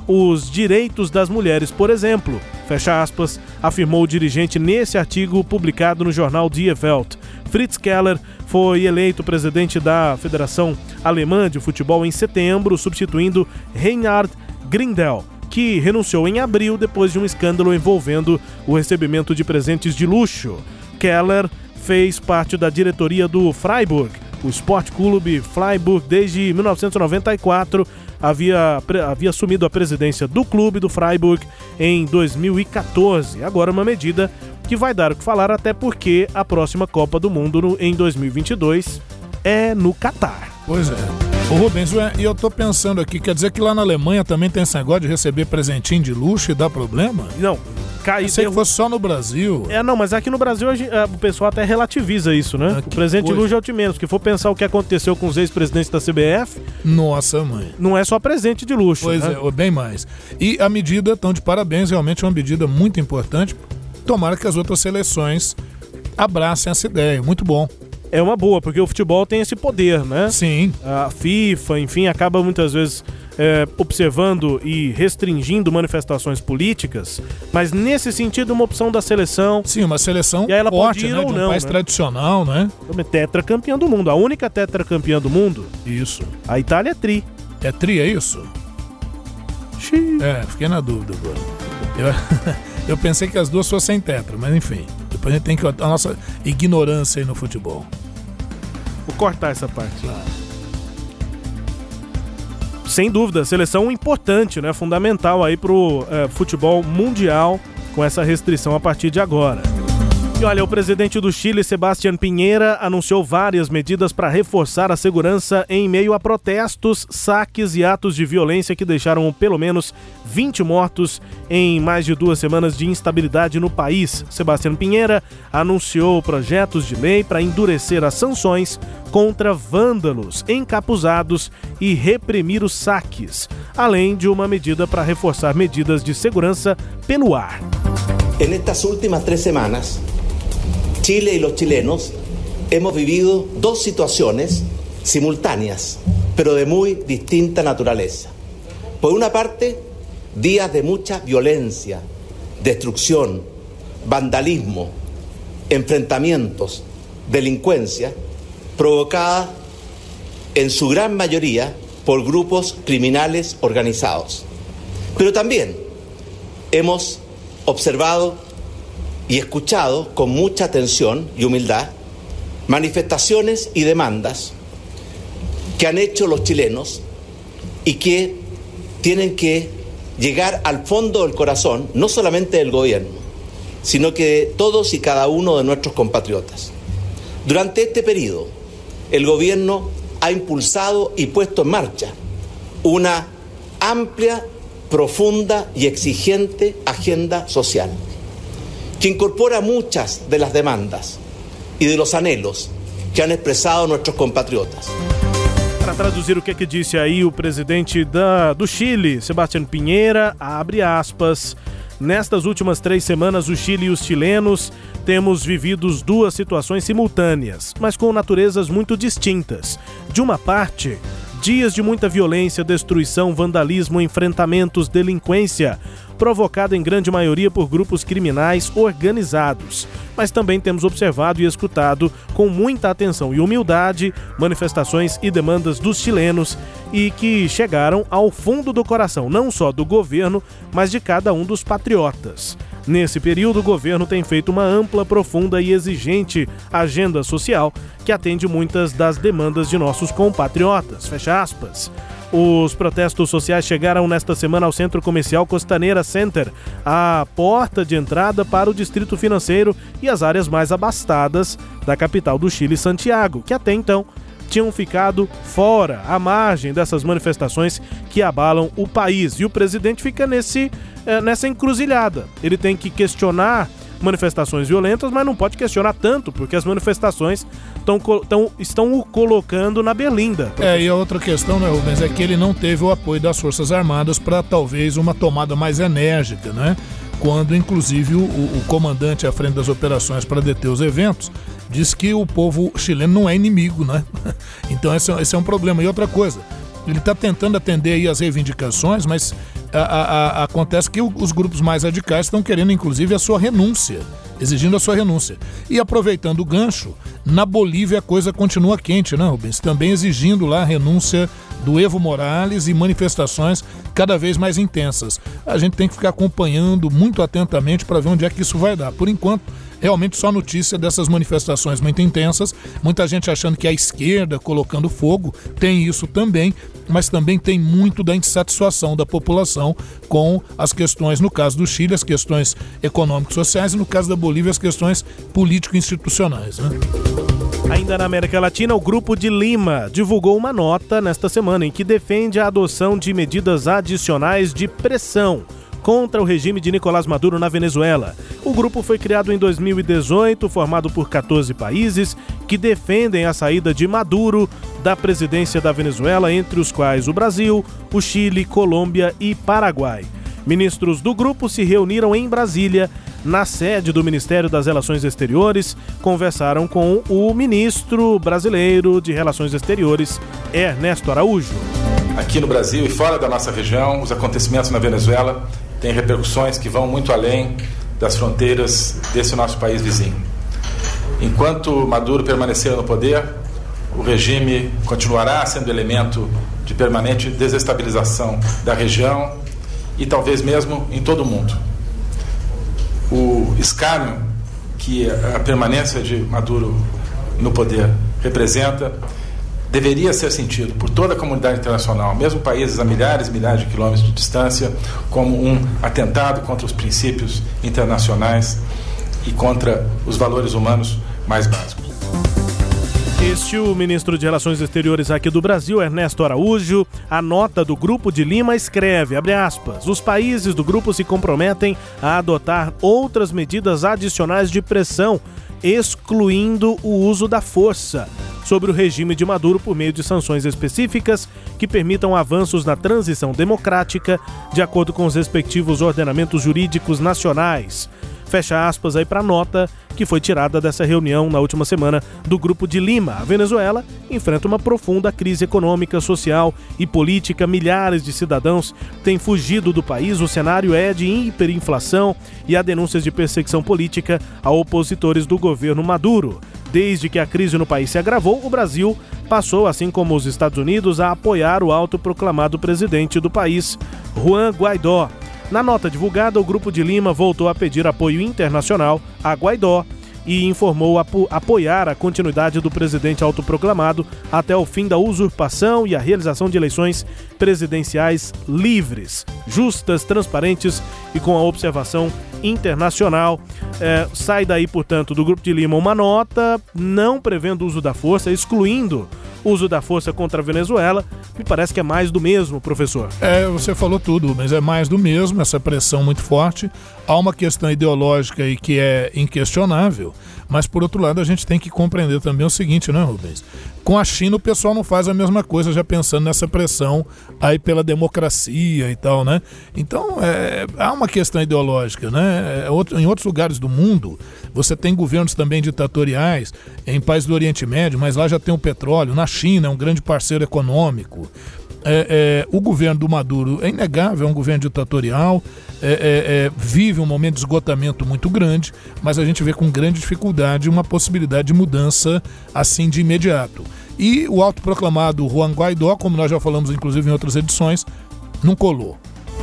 Os direitos das mulheres, por exemplo, fecha aspas, afirmou o dirigente nesse artigo publicado no jornal Die Welt. Fritz Keller foi eleito presidente da Federação Alemã de Futebol em setembro, substituindo Reinhard Grindel, que renunciou em abril depois de um escândalo envolvendo o recebimento de presentes de luxo. Keller fez parte da diretoria do Freiburg, o Sport Clube Freiburg, desde mil novecentos e noventa e quatro, havia, havia assumido a presidência do clube do Freiburg em dois mil e catorze. Agora uma medida que vai dar o que falar, até porque a próxima Copa do Mundo no, em dois mil e vinte e dois é no Catar. Pois é. Ô Rubens, e eu tô pensando aqui, quer dizer que lá na Alemanha também tem esse negócio de receber presentinho de luxo e dá problema? Não. Cai, eu sei que fosse só no Brasil. É, não, mas aqui no Brasil a gente, a, o pessoal até relativiza isso, né? Ah, o presente coisa. de luxo é o de menos. Porque for pensar o que aconteceu com os ex-presidentes da C B F... Nossa, mãe. Não é só presente de luxo. Pois né? é, bem mais. E a medida, tão de parabéns, realmente é uma medida muito importante. Tomara que as outras seleções abracem essa ideia. Muito bom. É uma boa, porque o futebol tem esse poder, né? Sim. A FIFA, enfim, acaba muitas vezes é, observando e restringindo manifestações políticas, mas nesse sentido uma opção da seleção. Sim, uma seleção e aí ela forte, pode ir né? ou de um não, país né? tradicional, né? Tetracampeã do mundo, a única tetracampeã do mundo. Isso. A Itália é tri. É tri, é isso? Xiii. É, fiquei na dúvida agora. Eu, eu pensei que as duas fossem tetra, mas enfim. Depois a gente tem que... A nossa ignorância aí no futebol. Vou cortar essa parte. Ah. Sem dúvida, seleção importante, né? Fundamental aí pro é, futebol mundial com essa restrição a partir de agora. E olha, o presidente do Chile, Sebastián Piñera, anunciou várias medidas para reforçar a segurança em meio a protestos, saques e atos de violência que deixaram pelo menos vinte mortos em mais de duas semanas de instabilidade no país. Sebastián Piñera anunciou projetos de lei para endurecer as sanções contra vândalos encapuzados e reprimir os saques, além de uma medida para reforçar medidas de segurança pelo ar. En estas últimas tres semanas, Chile y los chilenos hemos vivido dos situaciones simultáneas, pero de muy distinta naturaleza. Por una parte, días de mucha violencia, destrucción, vandalismo, enfrentamientos, delincuencia, provocada en su gran mayoría por grupos criminales organizados. Pero también hemos observado y escuchado con mucha atención y humildad manifestaciones y demandas que han hecho los chilenos y que tienen que llegar al fondo del corazón, no solamente del gobierno, sino que de todos y cada uno de nuestros compatriotas. Durante este periodo, el gobierno ha impulsado y puesto en marcha una amplia, profunda y exigente agenda social, que incorpora muchas de las demandas e de los anhelos que han expressado nossos compatriotas. Para traduzir o que, que disse aí o presidente da, do Chile, Sebastián Piñera, abre aspas, nestas últimas três semanas o Chile e os chilenos temos vivido duas situações simultâneas, mas com naturezas muito distintas. De uma parte, dias de muita violência, destruição, vandalismo, enfrentamentos, delinquência, provocada em grande maioria por grupos criminais organizados. Mas também temos observado e escutado com muita atenção e humildade manifestações e demandas dos chilenos e que chegaram ao fundo do coração, não só do governo, mas de cada um dos patriotas. Nesse período, o governo tem feito uma ampla, profunda e exigente agenda social que atende muitas das demandas de nossos compatriotas. Fecha aspas. Os protestos sociais chegaram nesta semana ao Centro Comercial Costaneira Center, a porta de entrada para o distrito financeiro e as áreas mais abastadas da capital do Chile, Santiago, que até então tinham ficado fora, à margem dessas manifestações que abalam o país. E o presidente fica nesse, é, nessa encruzilhada. Ele tem que questionar manifestações violentas, mas não pode questionar tanto, porque as manifestações tão, tão, estão o colocando na berlinda. É, e a outra questão, né, Rubens, é que ele não teve o apoio das Forças Armadas para talvez uma tomada mais enérgica, né? Quando, inclusive, o, o comandante à frente das operações para deter os eventos diz que o povo chileno não é inimigo, né? Então esse, esse é um problema. E outra coisa, ele está tentando atender aí as reivindicações, mas a, a, a, acontece que os grupos mais radicais estão querendo, inclusive, a sua renúncia, exigindo a sua renúncia. E aproveitando o gancho, na Bolívia a coisa continua quente, né, Rubens? Também exigindo lá a renúncia do Evo Morales e manifestações cada vez mais intensas. A gente tem que ficar acompanhando muito atentamente para ver onde é que isso vai dar. Por enquanto, realmente só notícia dessas manifestações muito intensas, muita gente achando que a esquerda colocando fogo, tem isso também, mas também tem muito da insatisfação da população com as questões, no caso do Chile, as questões econômico-sociais e no caso da Bolívia, as questões político-institucionais, né? Ainda na América Latina, o Grupo de Lima divulgou uma nota nesta semana em que defende a adoção de medidas adicionais de pressão contra o regime de Nicolás Maduro na Venezuela. O grupo foi criado em dois mil e dezoito, formado por catorze países que defendem a saída de Maduro da presidência da Venezuela, entre os quais o Brasil, o Chile, Colômbia e Paraguai. Ministros do grupo se reuniram em Brasília, na sede do Ministério das Relações Exteriores, conversaram com o ministro brasileiro de Relações Exteriores, Ernesto Araújo. Aqui no Brasil e fora da nossa região, os acontecimentos na Venezuela têm repercussões que vão muito além das fronteiras desse nosso país vizinho. Enquanto Maduro permanecer no poder, o regime continuará sendo elemento de permanente desestabilização da região e talvez mesmo em todo o mundo. O escárnio que a permanência de Maduro no poder representa deveria ser sentido por toda a comunidade internacional, mesmo países a milhares e milhares de quilômetros de distância, como um atentado contra os princípios internacionais e contra os valores humanos mais básicos. Este é o ministro de Relações Exteriores aqui do Brasil, Ernesto Araújo. A nota do Grupo de Lima escreve, abre aspas, os países do grupo se comprometem a adotar outras medidas adicionais de pressão, excluindo o uso da força sobre o regime de Maduro por meio de sanções específicas que permitam avanços na transição democrática de acordo com os respectivos ordenamentos jurídicos nacionais. Fecha aspas aí para a nota que foi tirada dessa reunião na última semana do Grupo de Lima. A Venezuela enfrenta uma profunda crise econômica, social e política. Milhares de cidadãos têm fugido do país. O cenário é de hiperinflação e há denúncias de perseguição política a opositores do governo Maduro. Desde que a crise no país se agravou, o Brasil passou, assim como os Estados Unidos, a apoiar o autoproclamado presidente do país, Juan Guaidó. Na nota divulgada, o Grupo de Lima voltou a pedir apoio internacional a Guaidó e informou apo- apoiar a continuidade do presidente autoproclamado até o fim da usurpação e a realização de eleições presidenciais livres, justas, transparentes e com a observação internacional. É, sai daí, portanto, do Grupo de Lima uma nota não prevendo o uso da força, excluindo o uso da força contra a Venezuela. Me parece que é mais do mesmo, professor. É, você falou tudo, mas é mais do mesmo, essa pressão muito forte. Há uma questão ideológica aí que é inquestionável, mas por outro lado a gente tem que compreender também o seguinte, né, Rubens? Com a China o pessoal não faz a mesma coisa, já pensando nessa pressão aí pela democracia e tal, né? Então, é, há uma questão ideológica, né? É, outro, em outros lugares do mundo, você tem governos também ditatoriais, em países do Oriente Médio, mas lá já tem o petróleo. Na China é um grande parceiro econômico. É, é, o governo do Maduro é inegável, é um governo ditatorial, é, é, é, vive um momento de esgotamento muito grande, mas a gente vê com grande dificuldade uma possibilidade de mudança assim de imediato. E o autoproclamado Juan Guaidó, como nós já falamos inclusive em outras edições, não colou.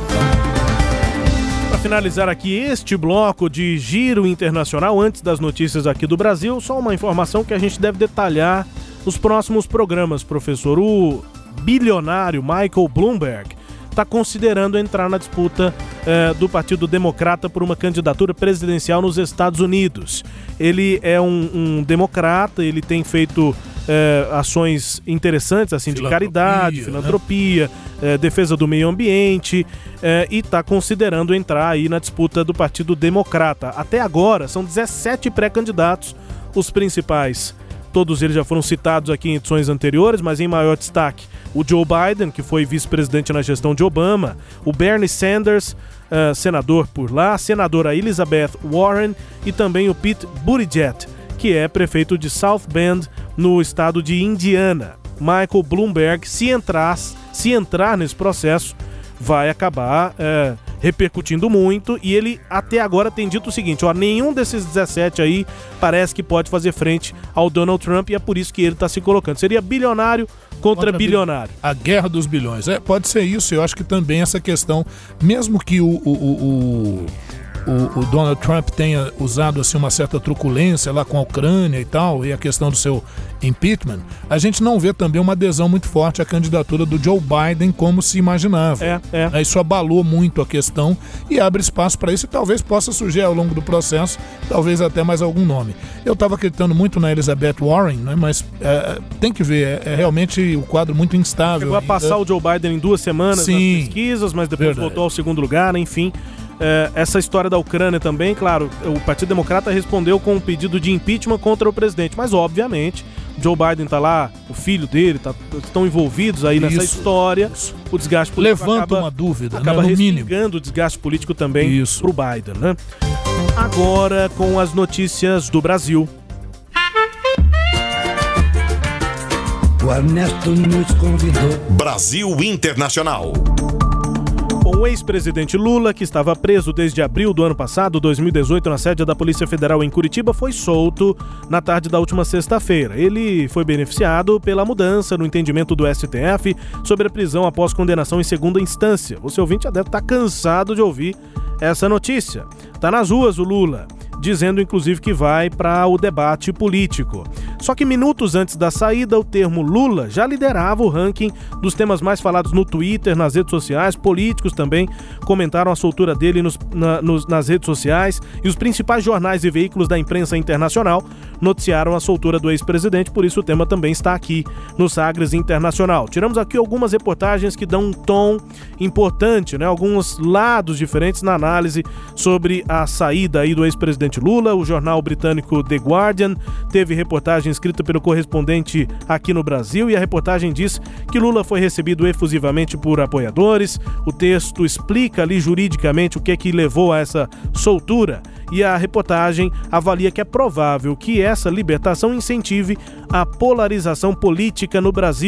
Para finalizar aqui este bloco de giro internacional, antes das notícias aqui do Brasil, só uma informação que a gente deve detalhar nos próximos programas, professor. O bilionário Michael Bloomberg está considerando entrar na disputa eh, do Partido Democrata por uma candidatura presidencial nos Estados Unidos. Ele é um, um democrata, ele tem feito eh, ações interessantes assim de caridade, filantropia, né? eh, defesa do meio ambiente eh, e está considerando entrar aí na disputa do Partido Democrata. Até agora são dezessete pré-candidatos, os principais. Todos eles já foram citados aqui em edições anteriores, mas em maior destaque o Joe Biden, que foi vice-presidente na gestão de Obama, o Bernie Sanders, uh, senador por lá, a senadora Elizabeth Warren e também o Pete Buttigieg, que é prefeito de South Bend, no estado de Indiana. Michael Bloomberg, se entrar, se entrar nesse processo, vai acabar uh, repercutindo muito, e ele até agora tem dito o seguinte, ó, nenhum desses dezessete aí parece que pode fazer frente ao Donald Trump, e é por isso que ele está se colocando. Seria bilionário contra, contra bilionário. A guerra dos bilhões. É, pode ser isso, eu acho que também essa questão, mesmo que o, o, o, o, o Donald Trump tenha usado assim, uma certa truculência lá com a Ucrânia e tal, e a questão do seu impeachment, a gente não vê também uma adesão muito forte à candidatura do Joe Biden como se imaginava. É, é. Isso abalou muito a questão e abre espaço para isso, e talvez possa surgir ao longo do processo, talvez até mais algum nome. Eu estava acreditando muito na Elizabeth Warren, né, mas é, tem que ver, é, é realmente o quadro muito instável. Chegou a passar o Joe Biden em duas semanas Sim, nas pesquisas, mas depois verdade. voltou ao segundo lugar, né, enfim. É, essa história da Ucrânia também, claro, o Partido Democrata respondeu com um pedido de impeachment contra o presidente, mas obviamente Joe Biden está lá, o filho dele, tá, estão envolvidos aí nessa isso, isso. história, o desgaste político levanta acaba, uma dúvida, acaba né, no respingando mínimo. o desgaste político também para o Biden, né? Agora com as notícias do Brasil. O Ernesto nos convidou. Brasil Internacional. O ex-presidente Lula, que estava preso desde abril do ano passado, dois mil e dezoito, na sede da Polícia Federal em Curitiba, foi solto na tarde da última sexta-feira. Ele foi beneficiado pela mudança no entendimento do S T F sobre a prisão após condenação em segunda instância. Você ouvinte já deve estar cansado de ouvir essa notícia. Está nas ruas o Lula, dizendo inclusive que vai para o debate político. Só que minutos antes da saída, o termo Lula já liderava o ranking dos temas mais falados no Twitter, nas redes sociais. Políticos também comentaram a soltura dele nos, na, nos, nas redes sociais, e os principais jornais e veículos da imprensa internacional noticiaram a soltura do ex-presidente, por isso o tema também está aqui no Sagres Internacional. Tiramos aqui algumas reportagens que dão um tom importante, né? Alguns lados diferentes na análise sobre a saída aí do ex-presidente Lula. O jornal britânico The Guardian teve reportagem escrita pelo correspondente aqui no Brasil, e a reportagem diz que Lula foi recebido efusivamente por apoiadores. O texto explica ali juridicamente o que é que levou a essa soltura, e a reportagem avalia que é provável que essa libertação incentive a polarização política no Brasil.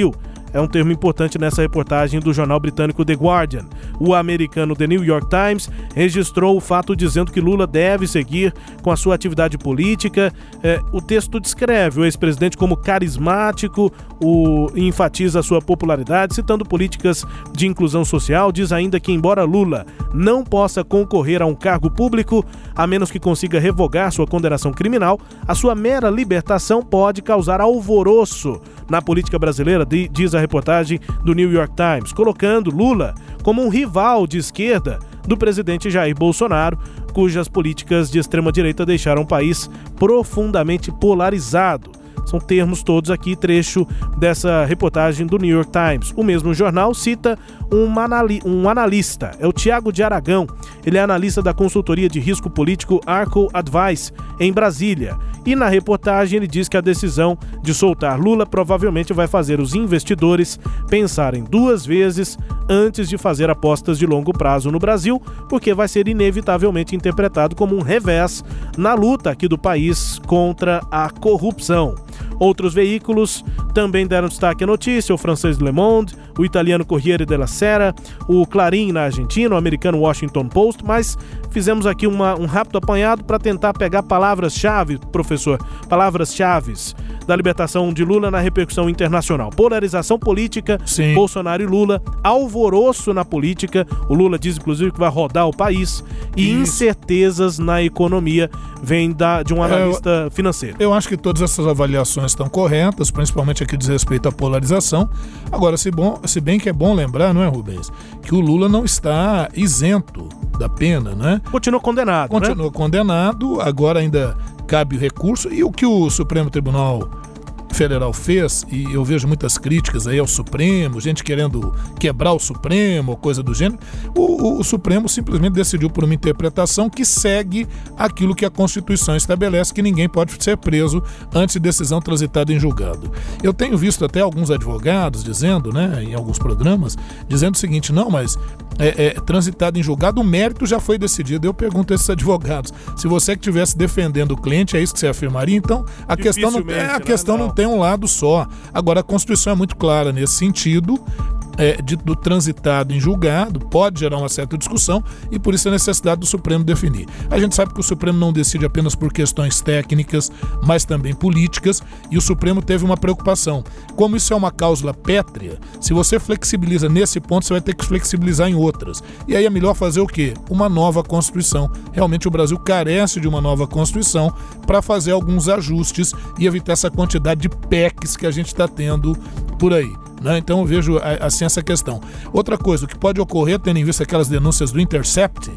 é um termo importante nessa reportagem do jornal britânico The Guardian. O americano The New York Times registrou o fato dizendo que Lula deve seguir com a sua atividade política. É, o texto descreve o ex-presidente como carismático o, e enfatiza a sua popularidade, citando políticas de inclusão social. Diz ainda que, embora Lula não possa concorrer a um cargo público, a menos que consiga revogar sua condenação criminal, a sua mera libertação pode causar alvoroço na política brasileira, diz a reportagem do New York Times, colocando Lula como um rival de esquerda do presidente Jair Bolsonaro, cujas políticas de extrema-direita deixaram o país profundamente polarizado. São termos todos aqui, trecho dessa reportagem do New York Times. O mesmo jornal cita um, anali- um analista, é o Tiago de Aragão. Ele é analista da consultoria de risco político Arco Advice, em Brasília. E na reportagem ele diz que a decisão de soltar Lula provavelmente vai fazer os investidores pensarem duas vezes antes de fazer apostas de longo prazo no Brasil, porque vai ser inevitavelmente interpretado como um revés na luta aqui do país contra a corrupção. Outros veículos também deram destaque à notícia: o francês Le Monde, o italiano Corriere della Sera, o Clarín na Argentina, o americano Washington Post, mas fizemos aqui uma, um rápido apanhado para tentar pegar palavras-chave, professor, palavras-chave da libertação de Lula na repercussão internacional. Polarização política, Sim. Bolsonaro e Lula, alvoroço na política, o Lula diz inclusive que vai rodar o país, e Isso. incertezas na economia, vem da, de um analista eu, financeiro. Eu acho que todas essas avaliações estão corretas, principalmente aqui diz respeito à polarização. Agora, se, bom, se bem que é bom lembrar, não é, Rubens, que o Lula não está isento da pena, né? Continua condenado, Continua né? condenado, agora ainda cabe o recurso, e o que o Supremo Tribunal Federal fez, e eu vejo muitas críticas aí ao Supremo, gente querendo quebrar o Supremo, coisa do gênero, o, o, o Supremo simplesmente decidiu por uma interpretação que segue aquilo que a Constituição estabelece, que ninguém pode ser preso antes de decisão transitada em julgado. Eu tenho visto até alguns advogados dizendo, né, em alguns programas, dizendo o seguinte: não, mas é, é, transitado em julgado, o mérito já foi decidido. Eu pergunto a esses advogados, se você que estivesse defendendo o cliente, é isso que você afirmaria? Então, a questão não, é, a questão não tem um lado só. Agora, a Constituição é muito clara nesse sentido. É, de, do transitado em julgado, pode gerar uma certa discussão, e por isso a necessidade do Supremo definir. A gente sabe que o Supremo não decide apenas por questões técnicas, mas também políticas, e o Supremo teve uma preocupação. Como isso é uma cláusula pétrea, se você flexibiliza nesse ponto, você vai ter que flexibilizar em outras. E aí é melhor fazer o quê? Uma nova Constituição. Realmente o Brasil carece de uma nova Constituição para fazer alguns ajustes e evitar essa quantidade de P E Cs que a gente está tendo por aí. Né? Então eu vejo assim essa questão. Outra coisa, o que pode ocorrer, tendo em vista aquelas denúncias do Intercept,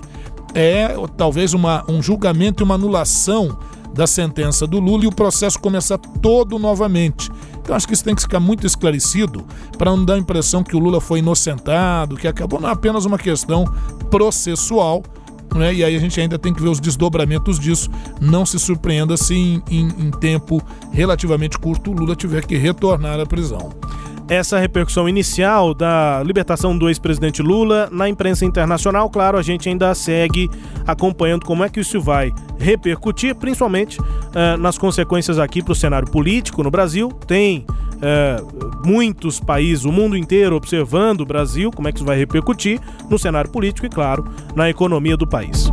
é talvez uma, um julgamento e uma anulação da sentença do Lula e o processo começar todo novamente. Então acho que isso tem que ficar muito esclarecido para não dar a impressão que o Lula foi inocentado, que acabou não é apenas uma questão processual, né? E aí a gente ainda tem que ver os desdobramentos disso. Não se surpreenda se em, em, em tempo relativamente curto o Lula tiver que retornar à prisão. Essa repercussão inicial da libertação do ex-presidente Lula na imprensa internacional, claro, a gente ainda segue acompanhando como é que isso vai repercutir, principalmente uh, nas consequências aqui para o cenário político no Brasil. Tem uh, muitos países, o mundo inteiro observando o Brasil, como é que isso vai repercutir no cenário político e, claro, na economia do país.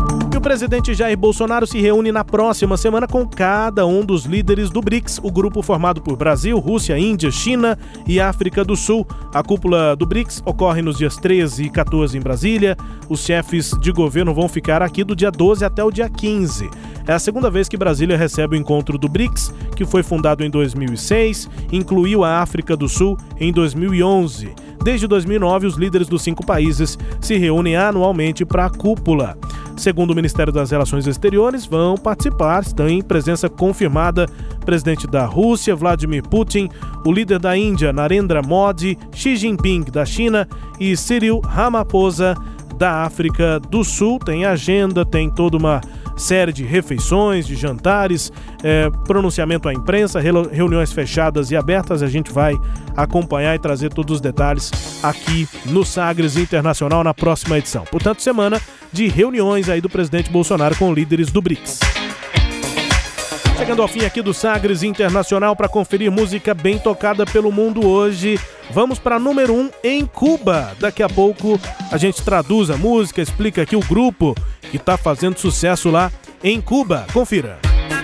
O presidente Jair Bolsonaro se reúne na próxima semana com cada um dos líderes do BRICS, o grupo formado por Brasil, Rússia, Índia, China e África do Sul. A cúpula do BRICS ocorre nos dias treze e quatorze em Brasília. Os chefes de governo vão ficar aqui do dia doze até o dia quinze. É a segunda vez que Brasília recebe o encontro do BRICS, que foi fundado em dois mil e seis, incluiu a África do Sul em dois mil e onze. Desde dois mil e nove, os líderes dos cinco países se reúnem anualmente para a cúpula. Segundo o Ministério das Relações Exteriores, vão participar, estão em presença confirmada, o presidente da Rússia, Vladimir Putin, o líder da Índia, Narendra Modi, Xi Jinping, da China, e Cyril Ramaphosa, da África do Sul. Tem agenda, tem toda uma série de refeições, de jantares, é, pronunciamento à imprensa, reuniões fechadas e abertas. A gente vai acompanhar e trazer todos os detalhes aqui no Sagres Internacional na próxima edição. Portanto, semana de reuniões aí do presidente Bolsonaro com líderes do BRICS. Chegando ao fim aqui do Sagres Internacional para conferir música bem tocada pelo mundo hoje. Vamos para número um em Cuba. Daqui a pouco a gente traduz a música, explica aqui o grupo que está fazendo sucesso lá em Cuba. Confira.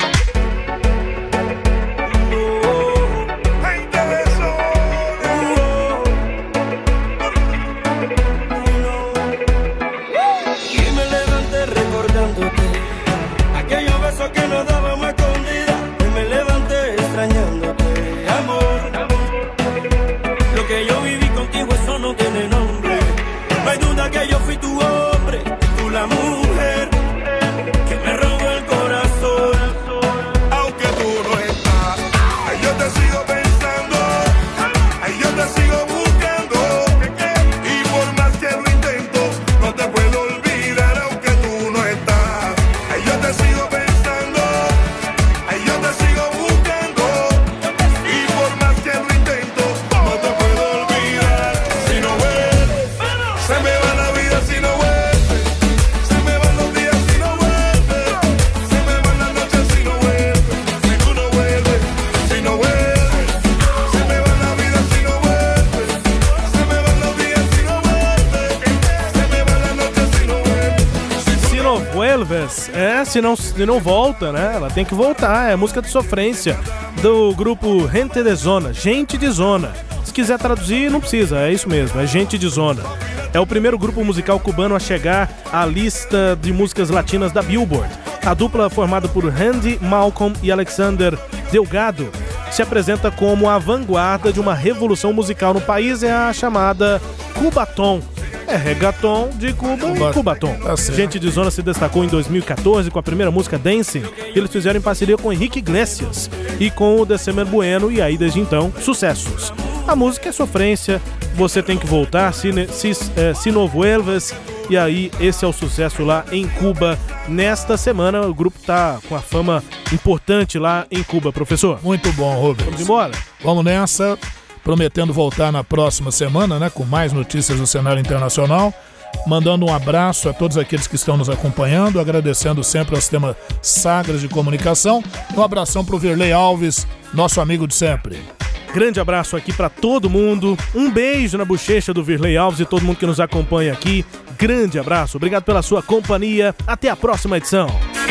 É, se não, se não volta, né? Ela tem que voltar. É música de sofrência do grupo Gente de Zona. Gente de Zona. Se quiser traduzir, não precisa. É isso mesmo, é Gente de Zona. É o primeiro grupo musical cubano a chegar à lista de músicas latinas da Billboard. A dupla, formada por Randy Malcolm e Alexander Delgado, se apresenta como a vanguarda de uma revolução musical no país. É a chamada Cubaton. É reggaeton de Cuba Cuba. E Cubaton. Tá certo. Gente de Zona se destacou em dois mil e catorze com a primeira música Dancing. Eles fizeram em parceria com Henrique Iglesias e com o December Bueno, e aí desde então, sucessos. A música é sofrência, você tem que voltar, se, se, é, se no vuelves, e aí esse é o sucesso lá em Cuba. Nesta semana o grupo tá com a fama importante lá em Cuba, professor. Muito bom, Rubens. Vamos embora? Vamos nessa. Prometendo voltar na próxima semana, né, com mais notícias do cenário internacional. Mandando um abraço a todos aqueles que estão nos acompanhando, agradecendo sempre ao Sistema Sagres de Comunicação. Um abração para o Virley Alves, nosso amigo de sempre. Grande abraço aqui para todo mundo. Um beijo na bochecha do Virley Alves e todo mundo que nos acompanha aqui. Grande abraço. Obrigado pela sua companhia. Até a próxima edição.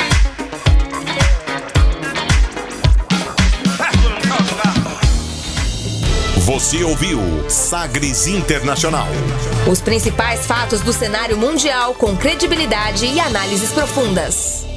Você ouviu Sagres Internacional. Os principais fatos do cenário mundial com credibilidade e análises profundas.